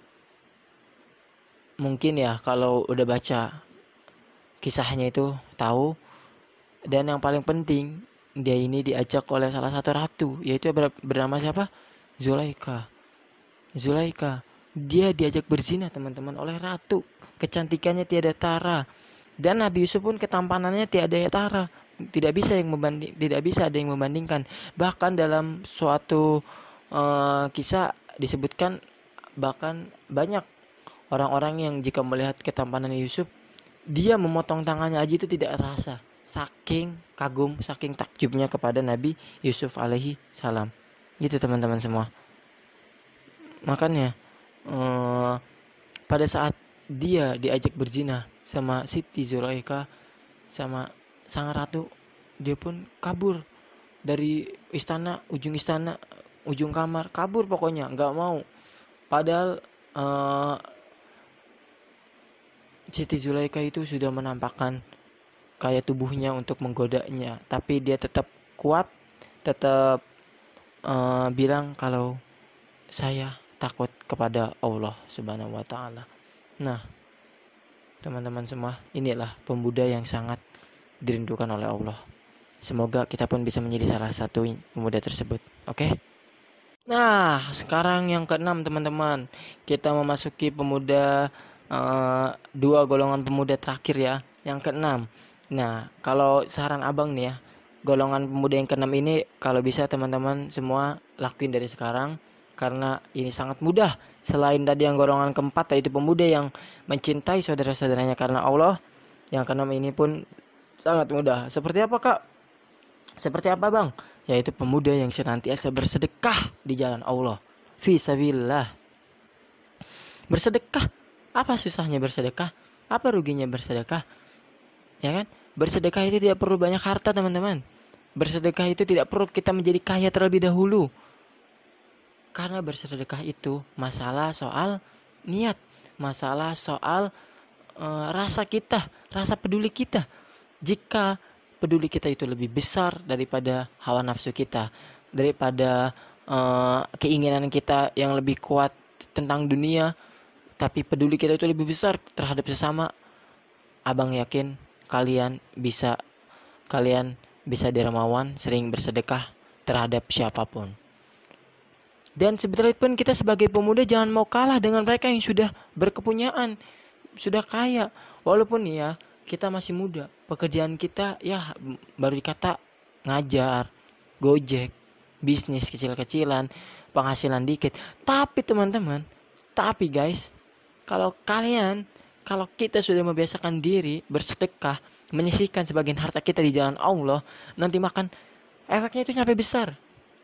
mungkin ya kalau udah baca kisahnya itu tahu. Dan yang paling penting, dia ini diajak oleh salah satu ratu, yaitu bernama siapa? Zulaika. Zulaika. Dia diajak berzina teman-teman oleh ratu. Kecantikannya tiada tara. Dan Nabi Yusuf pun ketampanannya tiada tara. Tidak bisa yang membanding, tidak bisa ada yang membandingkan. Bahkan dalam suatu uh, kisah disebutkan, bahkan banyak orang-orang yang jika melihat ketampanan Yusuf, dia memotong tangannya aja itu tidak terasa. Saking kagum, saking takjubnya kepada Nabi Yusuf alaihi salam. Gitu teman-teman semua. Makanya eh, pada saat dia diajak berzina sama Siti Zulaika, sama sang ratu, dia pun kabur dari istana, ujung istana, ujung kamar, kabur pokoknya, nggak mau. Padahal eh, Siti Zulaika itu sudah menampakkan kayak tubuhnya untuk menggodanya, tapi dia tetap kuat, tetap uh, bilang kalau saya takut kepada Allah Subhanahu wa taala. Nah, teman-teman semua, inilah pemuda yang sangat dirindukan oleh Allah. Semoga kita pun bisa menjadi salah satu pemuda tersebut. Oke? Okay? Nah, sekarang yang keenam teman-teman, kita memasuki pemuda uh, dua golongan pemuda terakhir ya, yang keenam. Nah, kalau saran abang nih ya, golongan pemuda yang keenam ini kalau bisa teman-teman semua lakuin dari sekarang, karena ini sangat mudah. Selain tadi yang golongan keempat, yaitu pemuda yang mencintai saudara-saudaranya karena Allah, yang keenam ini pun sangat mudah. Seperti apa kak? Seperti apa bang? Yaitu pemuda yang senantiasa bersedekah di jalan Allah, fi sabilillah. Bersedekah, apa susahnya bersedekah? Apa ruginya bersedekah? Ya kan? Bersedekah itu tidak perlu banyak harta teman-teman. Bersedekah itu tidak perlu kita menjadi kaya terlebih dahulu. Karena bersedekah itu masalah soal niat, masalah soal e, rasa kita, rasa peduli kita. Jika peduli kita itu lebih besar daripada hawa nafsu kita, daripada e, keinginan kita yang lebih kuat tentang dunia, tapi peduli kita itu lebih besar terhadap sesama, abang yakin kalian bisa kalian bisa dermawan, sering bersedekah terhadap siapapun. Dan sebetulnya pun kita sebagai pemuda jangan mau kalah dengan mereka yang sudah berkepunyaan, sudah kaya. Walaupun ya kita masih muda, pekerjaan kita ya baru dikata ngajar, gojek, bisnis kecil-kecilan, penghasilan dikit. Tapi teman-teman, tapi guys, kalau kalian Kalau kita sudah membiasakan diri bersedekah, menyisihkan sebagian harta kita di jalan Allah, nanti makan efeknya itu sampai besar.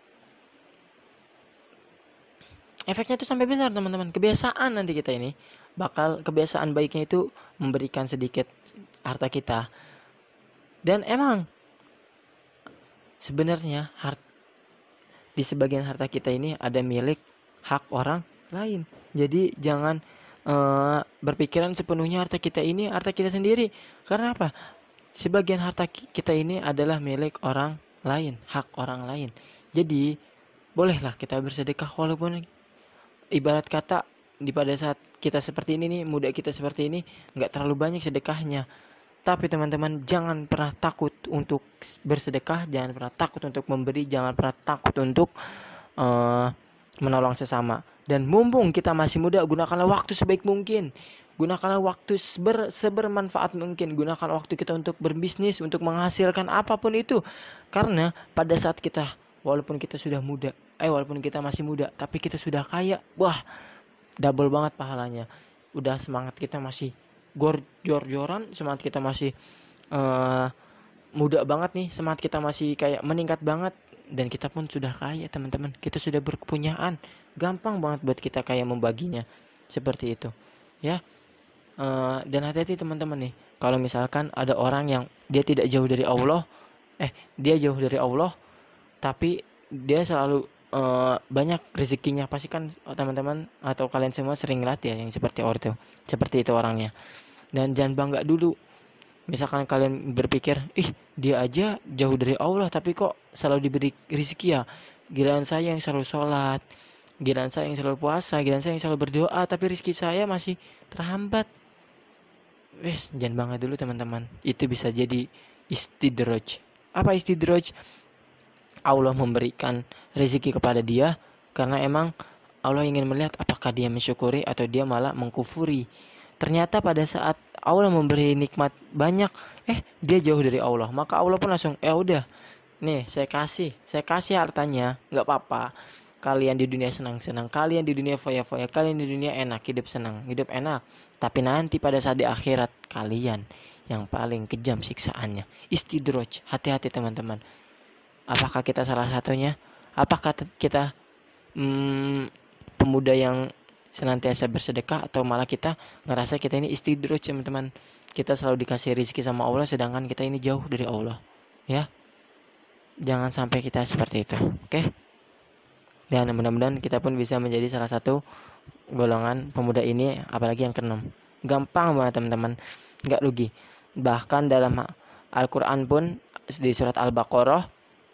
Efeknya itu sampai besar teman-teman. Kebiasaan nanti kita ini bakal kebiasaan baiknya itu memberikan sedikit harta kita. Dan emang sebenarnya hart, di sebagian harta kita ini ada milik hak orang lain. Jadi jangan Uh, berpikiran sepenuhnya harta kita ini harta kita sendiri. Karena apa? sebagian harta kita ini adalah milik orang lain, hak orang lain. Jadi bolehlah kita bersedekah, walaupun ibarat kata di pada saat kita seperti ini nih, muda kita seperti ini, nggak terlalu banyak sedekahnya. Tapi teman-teman, jangan pernah takut untuk bersedekah, jangan pernah takut untuk memberi, jangan pernah takut untuk uh, menolong sesama. Dan mumpung kita masih muda, gunakanlah waktu sebaik mungkin. Gunakanlah waktu seber, sebermanfaat mungkin. Gunakan waktu kita untuk berbisnis, untuk menghasilkan apapun itu. Karena pada saat kita, walaupun kita sudah muda, eh walaupun kita masih muda, tapi kita sudah kaya, wah, double banget pahalanya. Udah semangat kita masih gor-jor-joran, semangat kita masih uh, muda banget nih, semangat kita masih kayak meningkat banget, dan kita pun sudah kaya teman-teman, kita sudah berkepunyaan, gampang banget buat kita kayak membaginya seperti itu ya. Uh, dan hati-hati teman-teman nih, kalau misalkan ada orang yang dia tidak jauh dari Allah, eh dia jauh dari Allah tapi dia selalu uh, banyak rezekinya, pasti kan teman-teman atau kalian semua sering lihat ya yang seperti orang itu, seperti itu orangnya. Dan jangan bangga dulu. Misalkan kalian berpikir, ih dia aja jauh dari Allah tapi kok selalu diberi rezeki ya. Giliran saya yang selalu sholat, giliran saya yang selalu puasa, giliran saya yang selalu berdoa, tapi rezeki saya masih terhambat. Wes, jangan bangga dulu teman-teman. Itu bisa jadi istidraj. Apa istidraj? Allah memberikan rezeki kepada dia karena emang Allah ingin melihat apakah dia mensyukuri atau dia malah mengkufuri. Ternyata pada saat Allah memberi nikmat banyak, eh dia jauh dari Allah, maka Allah pun langsung, ya udah, nih saya kasih, saya kasih hartanya, nggak apa-apa. Kalian di dunia senang-senang, kalian di dunia foya-foya, kalian di dunia enak, hidup senang, hidup enak. Tapi nanti pada saat di akhirat, kalian yang paling kejam siksaannya. Istidraj, hati-hati teman-teman. Apakah kita salah satunya? Apakah kita hmm, pemuda yang senantiasa bersedekah, atau malah kita ngerasa kita ini istidraj teman-teman, kita selalu dikasih rezeki sama Allah sedangkan kita ini jauh dari Allah ya. Jangan sampai kita seperti itu, oke okay? Dan mudah-mudahan kita pun bisa menjadi salah satu golongan pemuda ini, apalagi yang keenam. Gampang banget teman-teman, nggak rugi. Bahkan dalam Al-Quran pun di surat Al-Baqarah,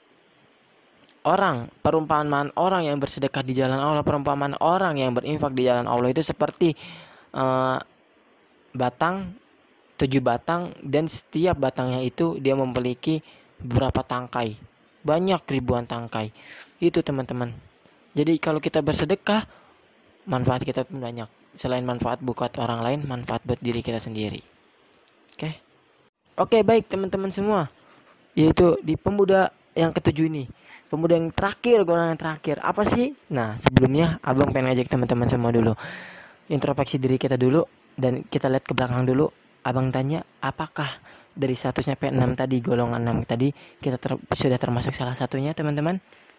orang, perumpamaan orang yang bersedekah di jalan Allah, perumpamaan orang yang berinfak di jalan Allah itu seperti uh, batang, tujuh batang, dan setiap batangnya itu dia memiliki beberapa tangkai, banyak ribuan tangkai. Itu teman-teman. Jadi kalau kita bersedekah, manfaat kita pun banyak. Selain manfaat buat orang lain, manfaat buat diri kita sendiri. Oke, okay? Oke okay, baik teman-teman semua. Yaitu di pemuda yang ketujuh ini, pemuda yang terakhir, golongan yang terakhir apa sih? Nah sebelumnya abang pengen ngajak teman-teman semua dulu introspeksi diri kita dulu, dan kita lihat ke belakang dulu. Abang tanya, apakah dari satu sampai enam tadi, golongan enam tadi, kita ter- sudah termasuk salah satunya teman-teman?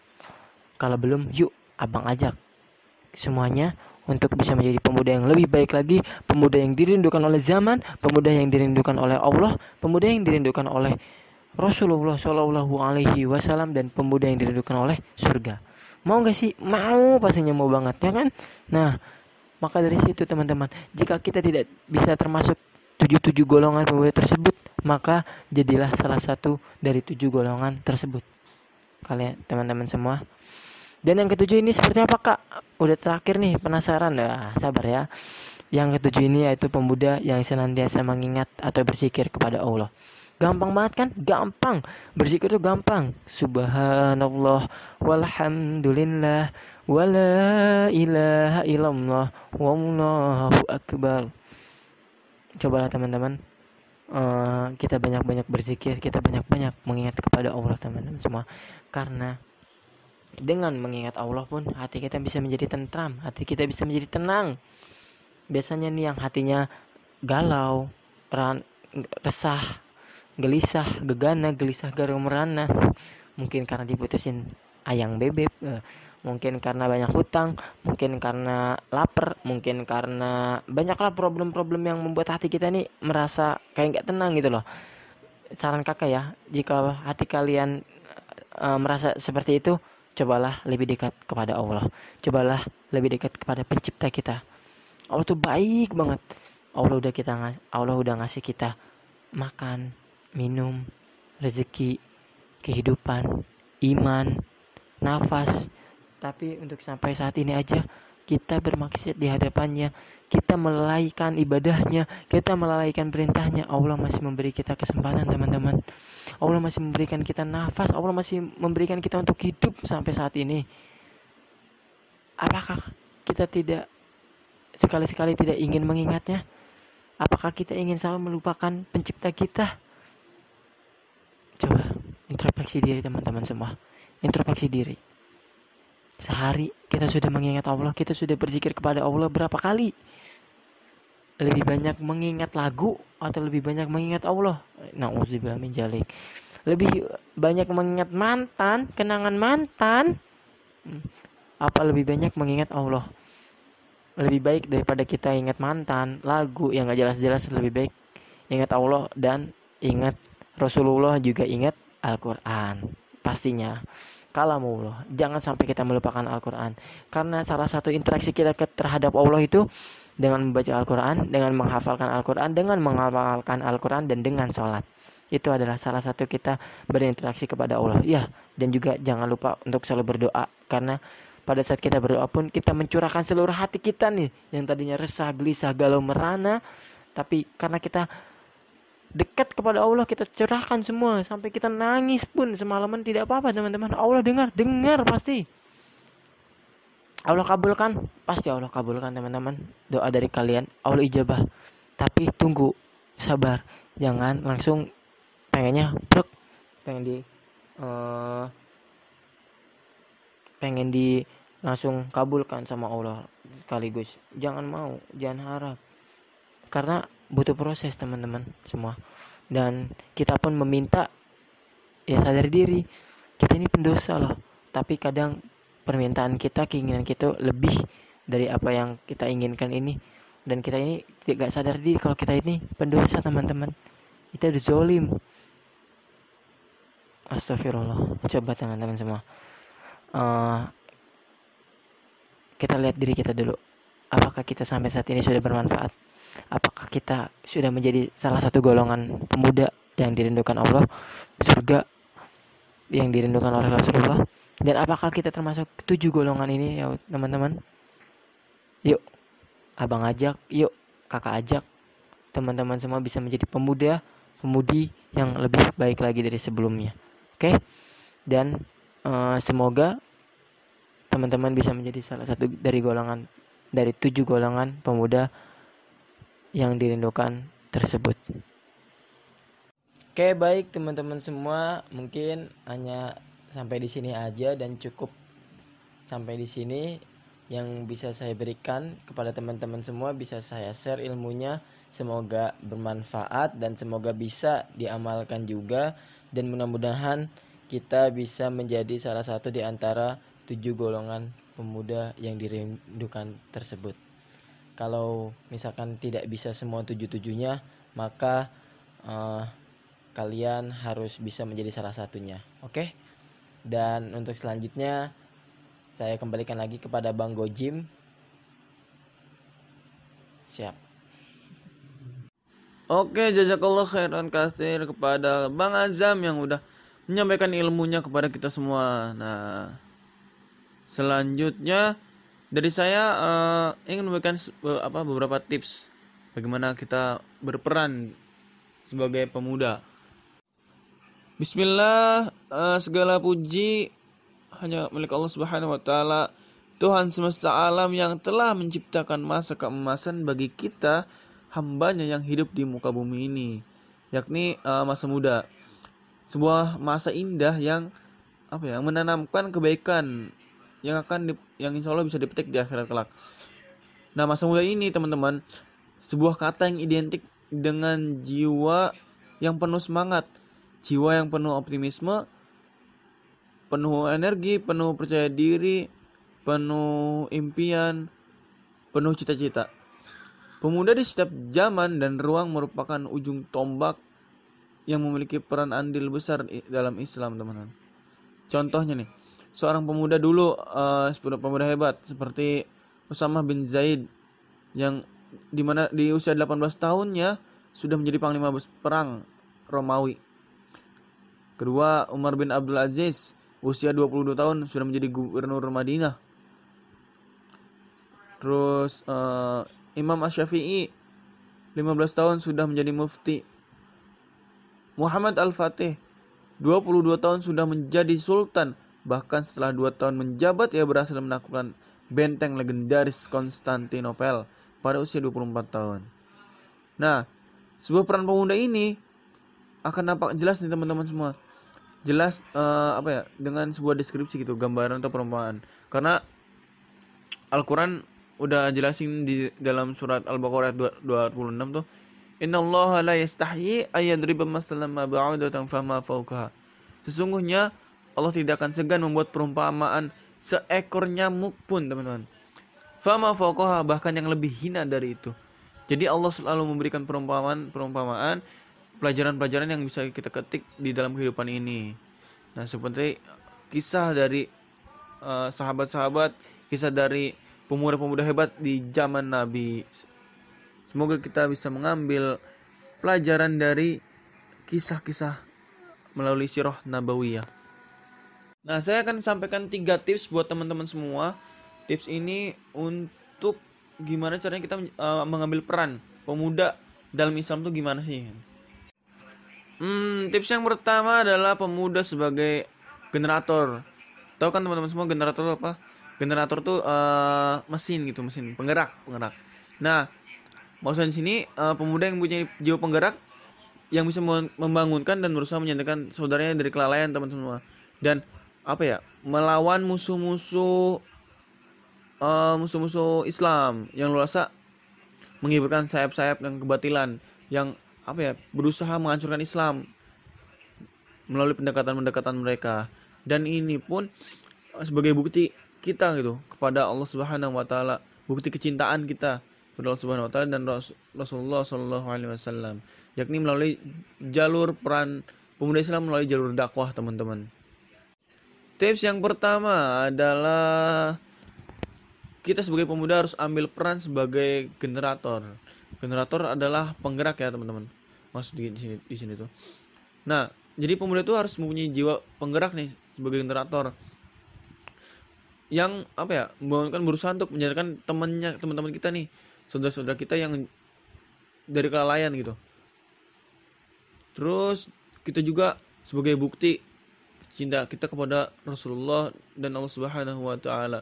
Kalau belum, yuk abang ajak semuanya untuk bisa menjadi pemuda yang lebih baik lagi, pemuda yang dirindukan oleh zaman, pemuda yang dirindukan oleh Allah, pemuda yang dirindukan oleh Rasulullah Shallallahu Alaihi Wasallam, dan pemuda yang dirindukan oleh surga. Mau gak sih? Mau, pastinya mau banget ya kan? Nah, maka dari situ teman-teman, jika kita tidak bisa termasuk tujuh tujuh golongan pemuda tersebut, maka jadilah salah satu dari tujuh golongan tersebut. Kalian teman-teman semua. Dan yang ketujuh ini seperti apa kak? Udah terakhir nih, penasaran? Nah, sabar ya. Yang ketujuh ini yaitu pemuda yang senantiasa mengingat atau berzikir kepada Allah. Gampang banget kan? Gampang. Berzikir itu gampang. Subhanallah walhamdulillah wala ilaha illallah wallahu akbar. Cobalah teman-teman, uh, kita banyak-banyak berzikir, kita banyak-banyak mengingat kepada Allah teman-teman semua. Karena dengan mengingat Allah pun hati kita bisa menjadi tentram, hati kita bisa menjadi tenang. Biasanya nih yang hatinya galau, ran, resah, gelisah, gegana, gelisah, galau, merana, mungkin karena diputusin ayang bebek, mungkin karena banyak hutang, mungkin karena lapar, mungkin karena banyaklah problem-problem yang membuat hati kita nih merasa kayak nggak tenang gitu loh. Saran kakak ya, jika hati kalian uh, merasa seperti itu, cobalah lebih dekat kepada Allah, cobalah lebih dekat kepada pencipta kita. Allah tuh baik banget. Allah udah kita Allah udah ngasih kita makan, minum, rezeki, kehidupan, iman, nafas. Tapi untuk sampai saat ini aja kita bermaksiat di hadapannya, kita melalaikan ibadahnya, kita melalaikan perintahnya. Allah masih memberi kita kesempatan teman-teman. Allah masih memberikan kita nafas, Allah masih memberikan kita untuk hidup sampai saat ini. Apakah kita tidak sekali-sekali tidak ingin mengingatnya? Apakah kita ingin selalu melupakan pencipta kita? Coba introspeksi diri teman-teman semua. Introspeksi diri. Sehari kita sudah mengingat Allah, kita sudah berzikir kepada Allah berapa kali? Lebih banyak mengingat lagu atau lebih banyak mengingat Allah? Nauzubillah min dzalik. Lebih banyak mengingat mantan, kenangan mantan, apa lebih banyak mengingat Allah? Lebih baik daripada kita ingat mantan, lagu yang gak jelas-jelas, lebih baik ingat Allah dan ingat Rasulullah, juga ingat Al-Quran. Pastinya kalamullah. Jangan sampai kita melupakan Al-Quran. Karena salah satu interaksi kita terhadap Allah itu dengan membaca Al-Quran, dengan menghafalkan Al-Quran, dengan menghafalkan Al-Quran, dan dengan sholat. Itu adalah salah satu kita berinteraksi kepada Allah. Ya, dan juga jangan lupa untuk selalu berdoa. Karena pada saat kita berdoa pun kita mencurahkan seluruh hati kita nih, yang tadinya resah, gelisah, galau, merana. Tapi karena kita dekat kepada Allah, kita cerahkan semua, sampai kita nangis pun semalaman tidak apa-apa teman-teman. Allah dengar, dengar pasti. Allah kabulkan, pasti Allah kabulkan teman-teman. Doa dari kalian Allah ijabah. Tapi tunggu, sabar, jangan langsung pengennya brek, pengen di uh, pengen di langsung kabulkan sama Allah sekaligus. Jangan mau, jangan harap. Karena butuh proses teman-teman semua. Dan kita pun meminta, ya sadar diri, kita ini pendosa loh. Tapi kadang permintaan kita, keinginan kita lebih dari apa yang kita inginkan ini. Dan kita ini tidak sadar diri kalau kita ini pendosa teman-teman. Kita udah zolim. Astagfirullah. Coba teman-teman semua, uh, kita lihat diri kita dulu. Apakah kita sampai saat ini sudah bermanfaat? Apakah kita sudah menjadi salah satu golongan pemuda yang dirindukan Allah, surga yang dirindukan oleh Rasulullah? Dan apakah kita termasuk tujuh golongan ini ya teman-teman? Yuk, abang ajak, yuk kakak ajak, teman-teman semua bisa menjadi pemuda, pemudi yang lebih baik lagi dari sebelumnya. Oke? Dan uh, semoga teman-teman bisa menjadi salah satu dari golongan, dari tujuh golongan pemuda yang dirindukan tersebut. Oke, baik teman-teman semua, mungkin hanya sampai di sini aja dan cukup sampai di sini yang bisa saya berikan kepada teman-teman semua, bisa saya share ilmunya. Semoga bermanfaat dan semoga bisa diamalkan juga, dan mudah-mudahan kita bisa menjadi salah satu di antara tujuh golongan pemuda yang dirindukan tersebut. Kalau misalkan tidak bisa semua tujuh-tujuhnya, maka uh, kalian harus bisa menjadi salah satunya. Oke? Dan untuk selanjutnya saya kembalikan lagi kepada Bang Gojim. Siap. Oke, jazakallah khairan katsir kepada Bang Azam yang udah menyampaikan ilmunya kepada kita semua. Nah, selanjutnya dari saya uh, ingin memberikan uh, apa beberapa tips bagaimana kita berperan sebagai pemuda. Bismillah, uh, segala puji hanya milik Allah Subhanahu wa taala, Tuhan semesta alam yang telah menciptakan masa keemasan bagi kita hambanya yang hidup di muka bumi ini, yakni uh, masa muda. Sebuah masa indah yang apa ya, menanamkan kebaikan yang akan di, yang insya Allah bisa dipetik di akhirat kelak. Nah, masa muda ini teman-teman, sebuah kata yang identik dengan jiwa yang penuh semangat, jiwa yang penuh optimisme, penuh energi, penuh percaya diri, penuh impian, penuh cita-cita. Pemuda di setiap zaman dan ruang merupakan ujung tombak yang memiliki peran andil besar dalam Islam, teman-teman. Contohnya nih, seorang pemuda dulu, uh, pemuda hebat seperti Usamah bin Zaid yang dimana di usia delapan belas tahunnya sudah menjadi panglima perang Romawi. Kedua, Umar bin Abdul Aziz, usia dua puluh dua tahun sudah menjadi gubernur Madinah. Terus uh, Imam Asy-Syafi'i lima belas tahun sudah menjadi mufti. Muhammad Al-Fatih dua puluh dua tahun sudah menjadi sultan. Bahkan setelah dua tahun menjabat ia berhasil menaklukkan benteng legendaris Konstantinopel pada usia dua puluh empat tahun. Nah, sebuah peran pemuda ini akan nampak jelas nih teman-teman semua. Jelas uh, apa ya, dengan sebuah deskripsi gitu, gambaran atau perumpamaan. Karena Al-Qur'an udah jelasin di dalam surat Al-Baqarah dua puluh enam tuh, innallaha la yastahyi ayyadriba masalan ma ba'udatan fama fawqaha. Sesungguhnya Allah tidak akan segan membuat perumpamaan seekor nyamuk pun, teman-teman. Fama fawqaha, bahkan yang lebih hina dari itu. Jadi Allah selalu memberikan perumpamaan-perumpamaan, pelajaran-pelajaran yang bisa kita ketik di dalam kehidupan ini. Nah, seperti kisah dari uh, sahabat-sahabat, kisah dari pemuda-pemuda hebat di zaman Nabi. Semoga kita bisa mengambil pelajaran dari kisah-kisah melalui sirah nabawiyah. Nah, saya akan sampaikan tiga tips buat teman-teman semua. Tips ini untuk gimana caranya kita uh, mengambil peran pemuda dalam Islam tuh gimana sih? Hmm, tips yang pertama adalah pemuda sebagai generator. Tahu kan teman-teman semua generator itu apa? Generator tuh uh, mesin gitu, mesin penggerak, penggerak. Nah, maksudnya di sini uh, pemuda yang punya jiwa penggerak yang bisa membangunkan dan berusaha menyadarkan saudaranya dari kelalaian, teman-teman semua. Dan apa ya? Melawan musuh-musuh uh, musuh-musuh Islam yang luasa mengibarkan sayap-sayap dan kebatilan yang apa ya? Berusaha menghancurkan Islam melalui pendekatan-pendekatan mereka. Dan ini pun sebagai bukti kita gitu kepada Allah Subhanahu wa taala, bukti kecintaan kita kepada Allah Subhanahu wa taala dan Rasulullah sallallahu alaihi wasallam, yakni melalui jalur peran pemuda Islam melalui jalur dakwah, teman-teman. Tips yang pertama adalah kita sebagai pemuda harus ambil peran sebagai generator. Generator adalah penggerak ya, teman-teman. Maksud di sini di sini tuh. Nah, jadi pemuda itu harus mempunyai jiwa penggerak nih sebagai generator. Yang apa ya, membangunkan, berusaha untuk menyadarkan temannya, teman-teman kita nih, saudara-saudara kita yang dari kelalaian gitu. Terus kita juga sebagai bukti cinta kita kepada Rasulullah dan Allah Subhanahu wa taala.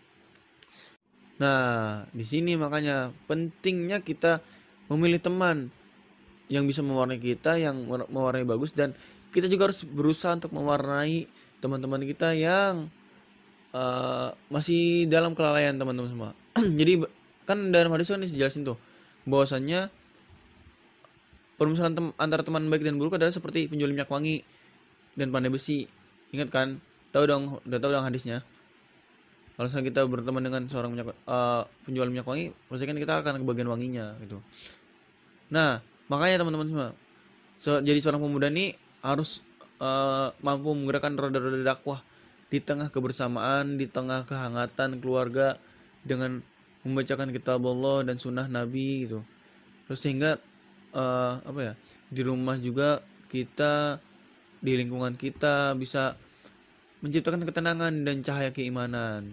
Nah, di sini makanya pentingnya kita memilih teman yang bisa mewarnai kita, yang mewarnai bagus, dan kita juga harus berusaha untuk mewarnai teman-teman kita yang Uh, masih dalam kelalaian, teman-teman semua. Jadi kan dalam hadis kan dijelasin tuh bahwasannya permusuhan tem- antara teman baik dan buruk adalah seperti penjual minyak wangi dan pandai besi. Ingat kan? Tahu dong, udah tahu dong hadisnya. Kalau misalnya kita berteman dengan seorang minyak, uh, penjual minyak wangi, pasti kan kita akan kebagian wanginya gitu. Nah, makanya teman-teman semua, so, jadi seorang pemuda nih harus uh, mampu menggerakkan roda-roda dakwah di tengah kebersamaan, di tengah kehangatan keluarga dengan membacakan kitab Allah dan sunnah Nabi gitu. Terus sehingga uh, apa ya, di rumah juga kita, di lingkungan kita bisa menciptakan ketenangan dan cahaya keimanan.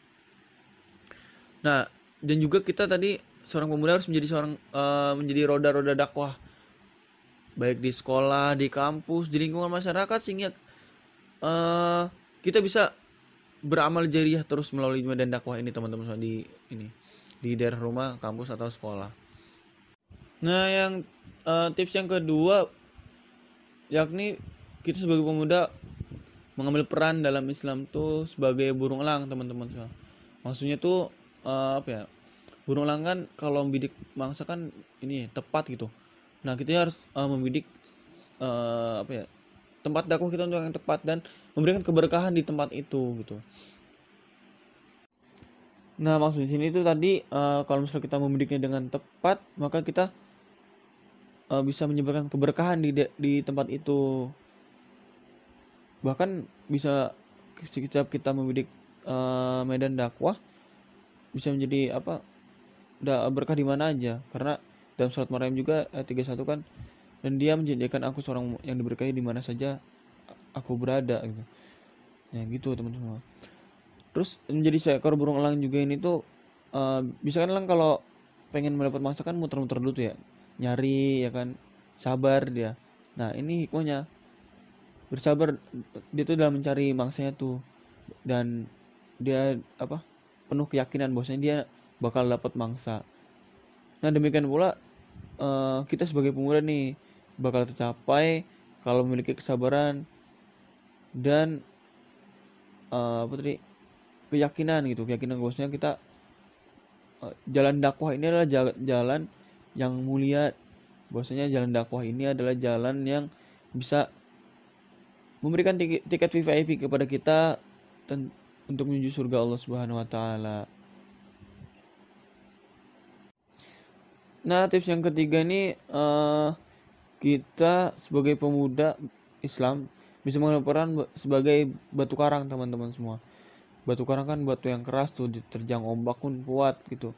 Nah, dan juga kita tadi seorang pemuda harus menjadi seorang uh, menjadi roda-roda dakwah baik di sekolah, di kampus, di lingkungan masyarakat, sehingga uh, kita bisa beramal jariah terus melalui medan dakwah ini, teman-teman, di ini di daerah rumah, kampus atau sekolah. Nah, yang uh, tips yang kedua yakni kita sebagai pemuda mengambil peran dalam Islam tuh sebagai burung elang, teman-teman. Maksudnya tuh uh, apa ya? Burung elang kan kalau membidik mangsa kan ini tepat gitu. Nah, kita harus uh, membidik uh, apa ya? tempat dakwah kita untuk yang tepat dan memberikan keberkahan di tempat itu gitu. Nah, maksud di sini itu tadi uh, kalau misalnya kita membidiknya dengan tepat, maka kita uh, bisa menyebarkan keberkahan di di tempat itu. Bahkan bisa setiap kita membidik uh, medan dakwah bisa menjadi apa? Berkah di mana aja. Karena dalam surat Maryam juga ayat tiga puluh satu kan dan dia menjadikan aku seorang yang diberkahi di mana saja aku berada gitu. Ya gitu teman-teman. Terus menjadi seekor burung elang juga ini tuh uh, bisa kan elang kalau pengen mendapat mangsa kan muter-muter dulu tuh ya, nyari ya kan, sabar dia. Nah ini hikmahnya, bersabar dia tuh dalam mencari mangsanya tuh, dan dia apa penuh keyakinan bahwasanya dia bakal dapat mangsa. Nah demikian pula uh, kita sebagai pemuda nih bakal tercapai kalau memiliki kesabaran dan uh, apa tadi keyakinan gitu, keyakinan bahwasanya kita uh, jalan dakwah ini adalah jalan, jalan yang mulia, bahwasanya jalan dakwah ini adalah jalan yang bisa memberikan tiket, tiket V I P kepada kita ten, untuk menuju surga Allah Subhanahu wa taala. Nah, tips yang ketiga ini uh, kita sebagai pemuda Islam bisa mengambil peran sebagai batu karang teman-teman semua. Batu karang kan batu yang keras tuh, diterjang ombak pun kuat gitu.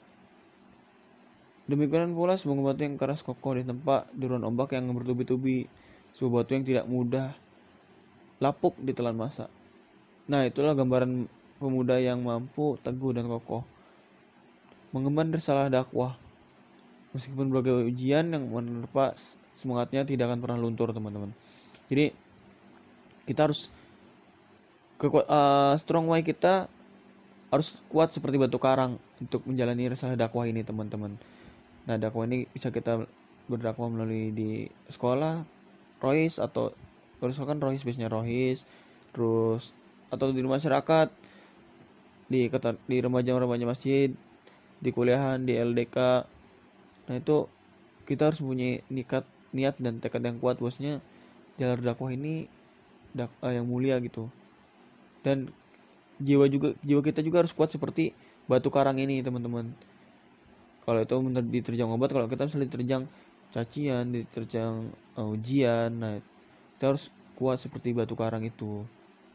Demikian pula sebuah batu yang keras kokoh ditempa deruan ombak yang bertubi-tubi, sebuah batu yang tidak mudah lapuk ditelan masa. Nah, itulah gambaran pemuda yang mampu, teguh dan kokoh mengemban risalah dakwah. Meskipun berbagai ujian yang menerpa, semangatnya tidak akan pernah luntur, teman-teman. Jadi kita harus Keku- uh, strong way kita harus kuat seperti batu karang untuk menjalani risalah dakwah ini, teman-teman. Nah, dakwah ini bisa kita berdakwah melalui di sekolah, rohis, atau kan rohis biasanya rohis, terus atau di masyarakat, di di remaja-remaja masjid, di kuliahan, di L D K. Nah, itu kita harus punya niat, niat dan tekad yang kuat bosnya jalur dakwah ini dakwah yang mulia gitu. Dan jiwa juga jiwa kita juga harus kuat seperti batu karang ini, teman-teman. Kalau itu diterjang obat, kalau kita misalnya diterjang cacian, diterjang uh, ujian, nah kita harus kuat seperti batu karang itu.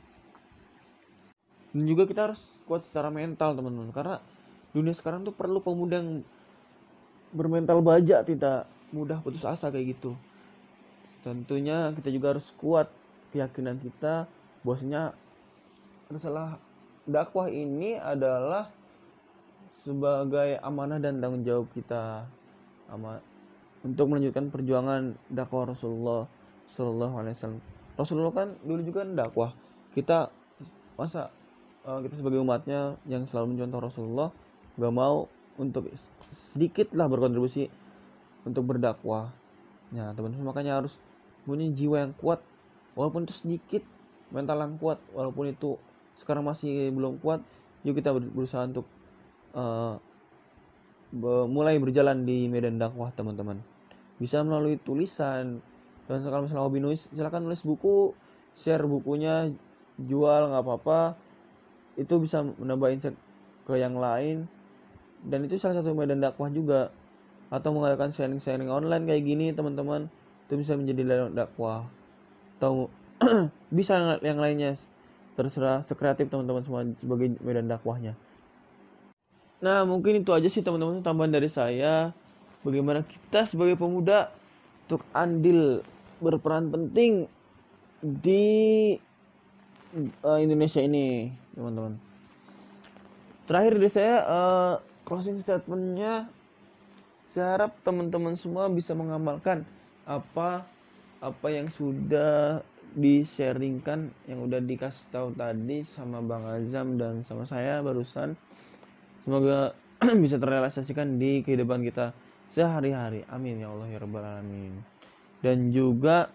Dan juga kita harus kuat secara mental, teman-teman, karena dunia sekarang tuh perlu pemuda yang bermental baja, tidak mudah putus asa kayak gitu. Tentunya kita juga harus kuat keyakinan kita bahwasanya risalah dakwah ini adalah sebagai amanah dan tanggung jawab kita ama, untuk melanjutkan perjuangan dakwah Rasulullah Shallallahu Alaihi Wasallam. Rasulullah kan dulu juga dakwah. Kita masa uh, kita sebagai umatnya yang selalu mencontoh Rasulullah gak mau untuk sedikit lah berkontribusi untuk berdakwah. Nah, teman-teman, makanya harus punya jiwa yang kuat, walaupun itu sedikit, mental yang kuat, walaupun itu sekarang masih belum kuat. Yuk kita berusaha untuk uh, mulai berjalan di medan dakwah, teman-teman. Bisa melalui tulisan, dan kalau misalnya hobi nulis, silakan nulis buku, share bukunya, jual nggak apa-apa. Itu bisa menambah insight ke yang lain, dan itu salah satu medan dakwah juga. Atau mengadakan sharing-sharing online kayak gini, teman-teman, itu bisa menjadi dakwah. Atau bisa yang lainnya, terserah, sekreatif teman-teman semua sebagai medan dakwahnya. Nah, mungkin itu aja sih teman-teman tambahan dari saya, bagaimana kita sebagai pemuda untuk andil berperan penting di uh, Indonesia ini, teman-teman. Terakhir dari saya, uh, closing statementnya, saya harap teman-teman semua bisa mengamalkan apa apa yang sudah di-sharingkan, yang udah dikasih tahu tadi sama Bang Azam dan sama saya barusan. Semoga bisa terrealisasikan di kehidupan kita sehari-hari. Amin ya Allah ya Rabbal Alamin. Dan juga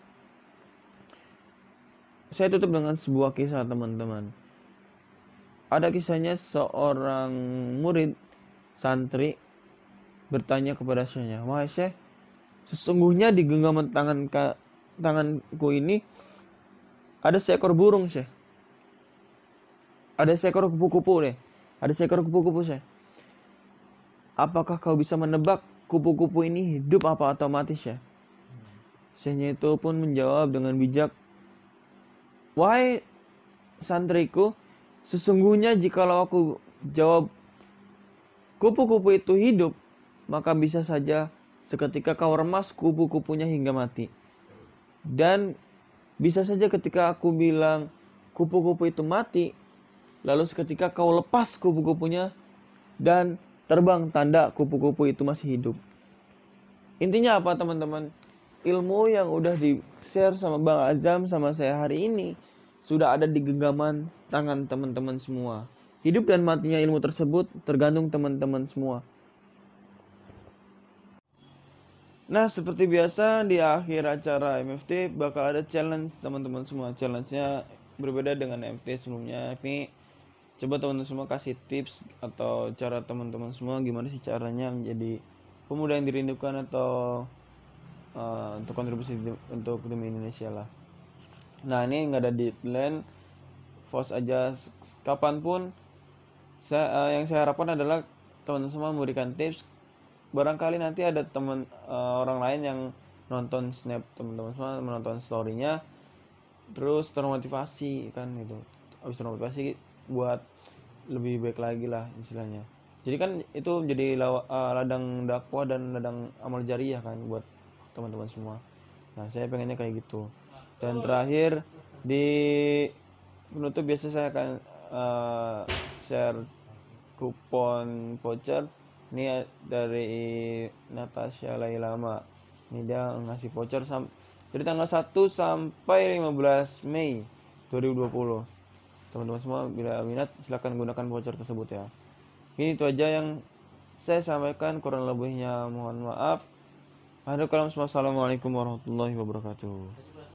saya tutup dengan sebuah kisah, teman-teman. Ada kisahnya seorang murid santri bertanya kepada syekhnya, "Wahai syekh, sesungguhnya di genggaman tangan ka, tanganku ini ada seekor burung, syekh. Ada seekor kupu-kupu deh. Ada seekor kupu-kupu, syekh. Apakah kau bisa menebak kupu-kupu ini hidup apa atau mati, syekh?" Syekhnya itu pun menjawab dengan bijak, "Wahai santriku, sesungguhnya jikalau aku jawab kupu-kupu itu hidup, maka bisa saja seketika kau remas kupu-kupunya hingga mati. Dan bisa saja ketika aku bilang kupu-kupu itu mati, lalu seketika kau lepas kupu-kupunya dan terbang, tanda kupu-kupu itu masih hidup. Intinya apa teman-teman? Ilmu yang udah di-share sama Bang Azam sama saya hari ini sudah ada di genggaman tangan teman-teman semua. Hidup dan matinya ilmu tersebut tergantung teman-teman semua. Nah, seperti biasa di akhir acara M F D bakal ada challenge teman-teman semua. Challenge-nya berbeda dengan M F D sebelumnya. Ini coba teman-teman semua kasih tips atau cara teman-teman semua gimana sih caranya menjadi pemuda yang dirindukan atau uh, untuk kontribusi di, untuk demi Indonesia lah. Nah, ini nggak ada deadline, post aja kapanpun. Saya, uh, yang saya harapkan adalah teman-teman semua memberikan tips. Barangkali nanti ada teman uh, orang lain yang nonton snap teman-teman semua, menonton story-nya, terus termotivasi kan gitu. Habis termotivasi buat lebih baik lagi lah istilahnya. Jadi kan itu jadi lawa, uh, ladang dakwah dan ladang amal jariah kan buat teman-teman semua. Nah, saya pengennya kayak gitu. Dan terakhir di penutup biasa saya akan uh, share kupon voucher. Ini dari Natasha Lailama. Ini dia ngasih voucher sam- dari tanggal satu sampai lima belas Mei dua ribu dua puluh. Teman-teman semua bila minat silakan gunakan voucher tersebut ya. Ini itu aja yang saya sampaikan, kurang lebihnya mohon maaf. Assalamualaikum warahmatullahi wabarakatuh.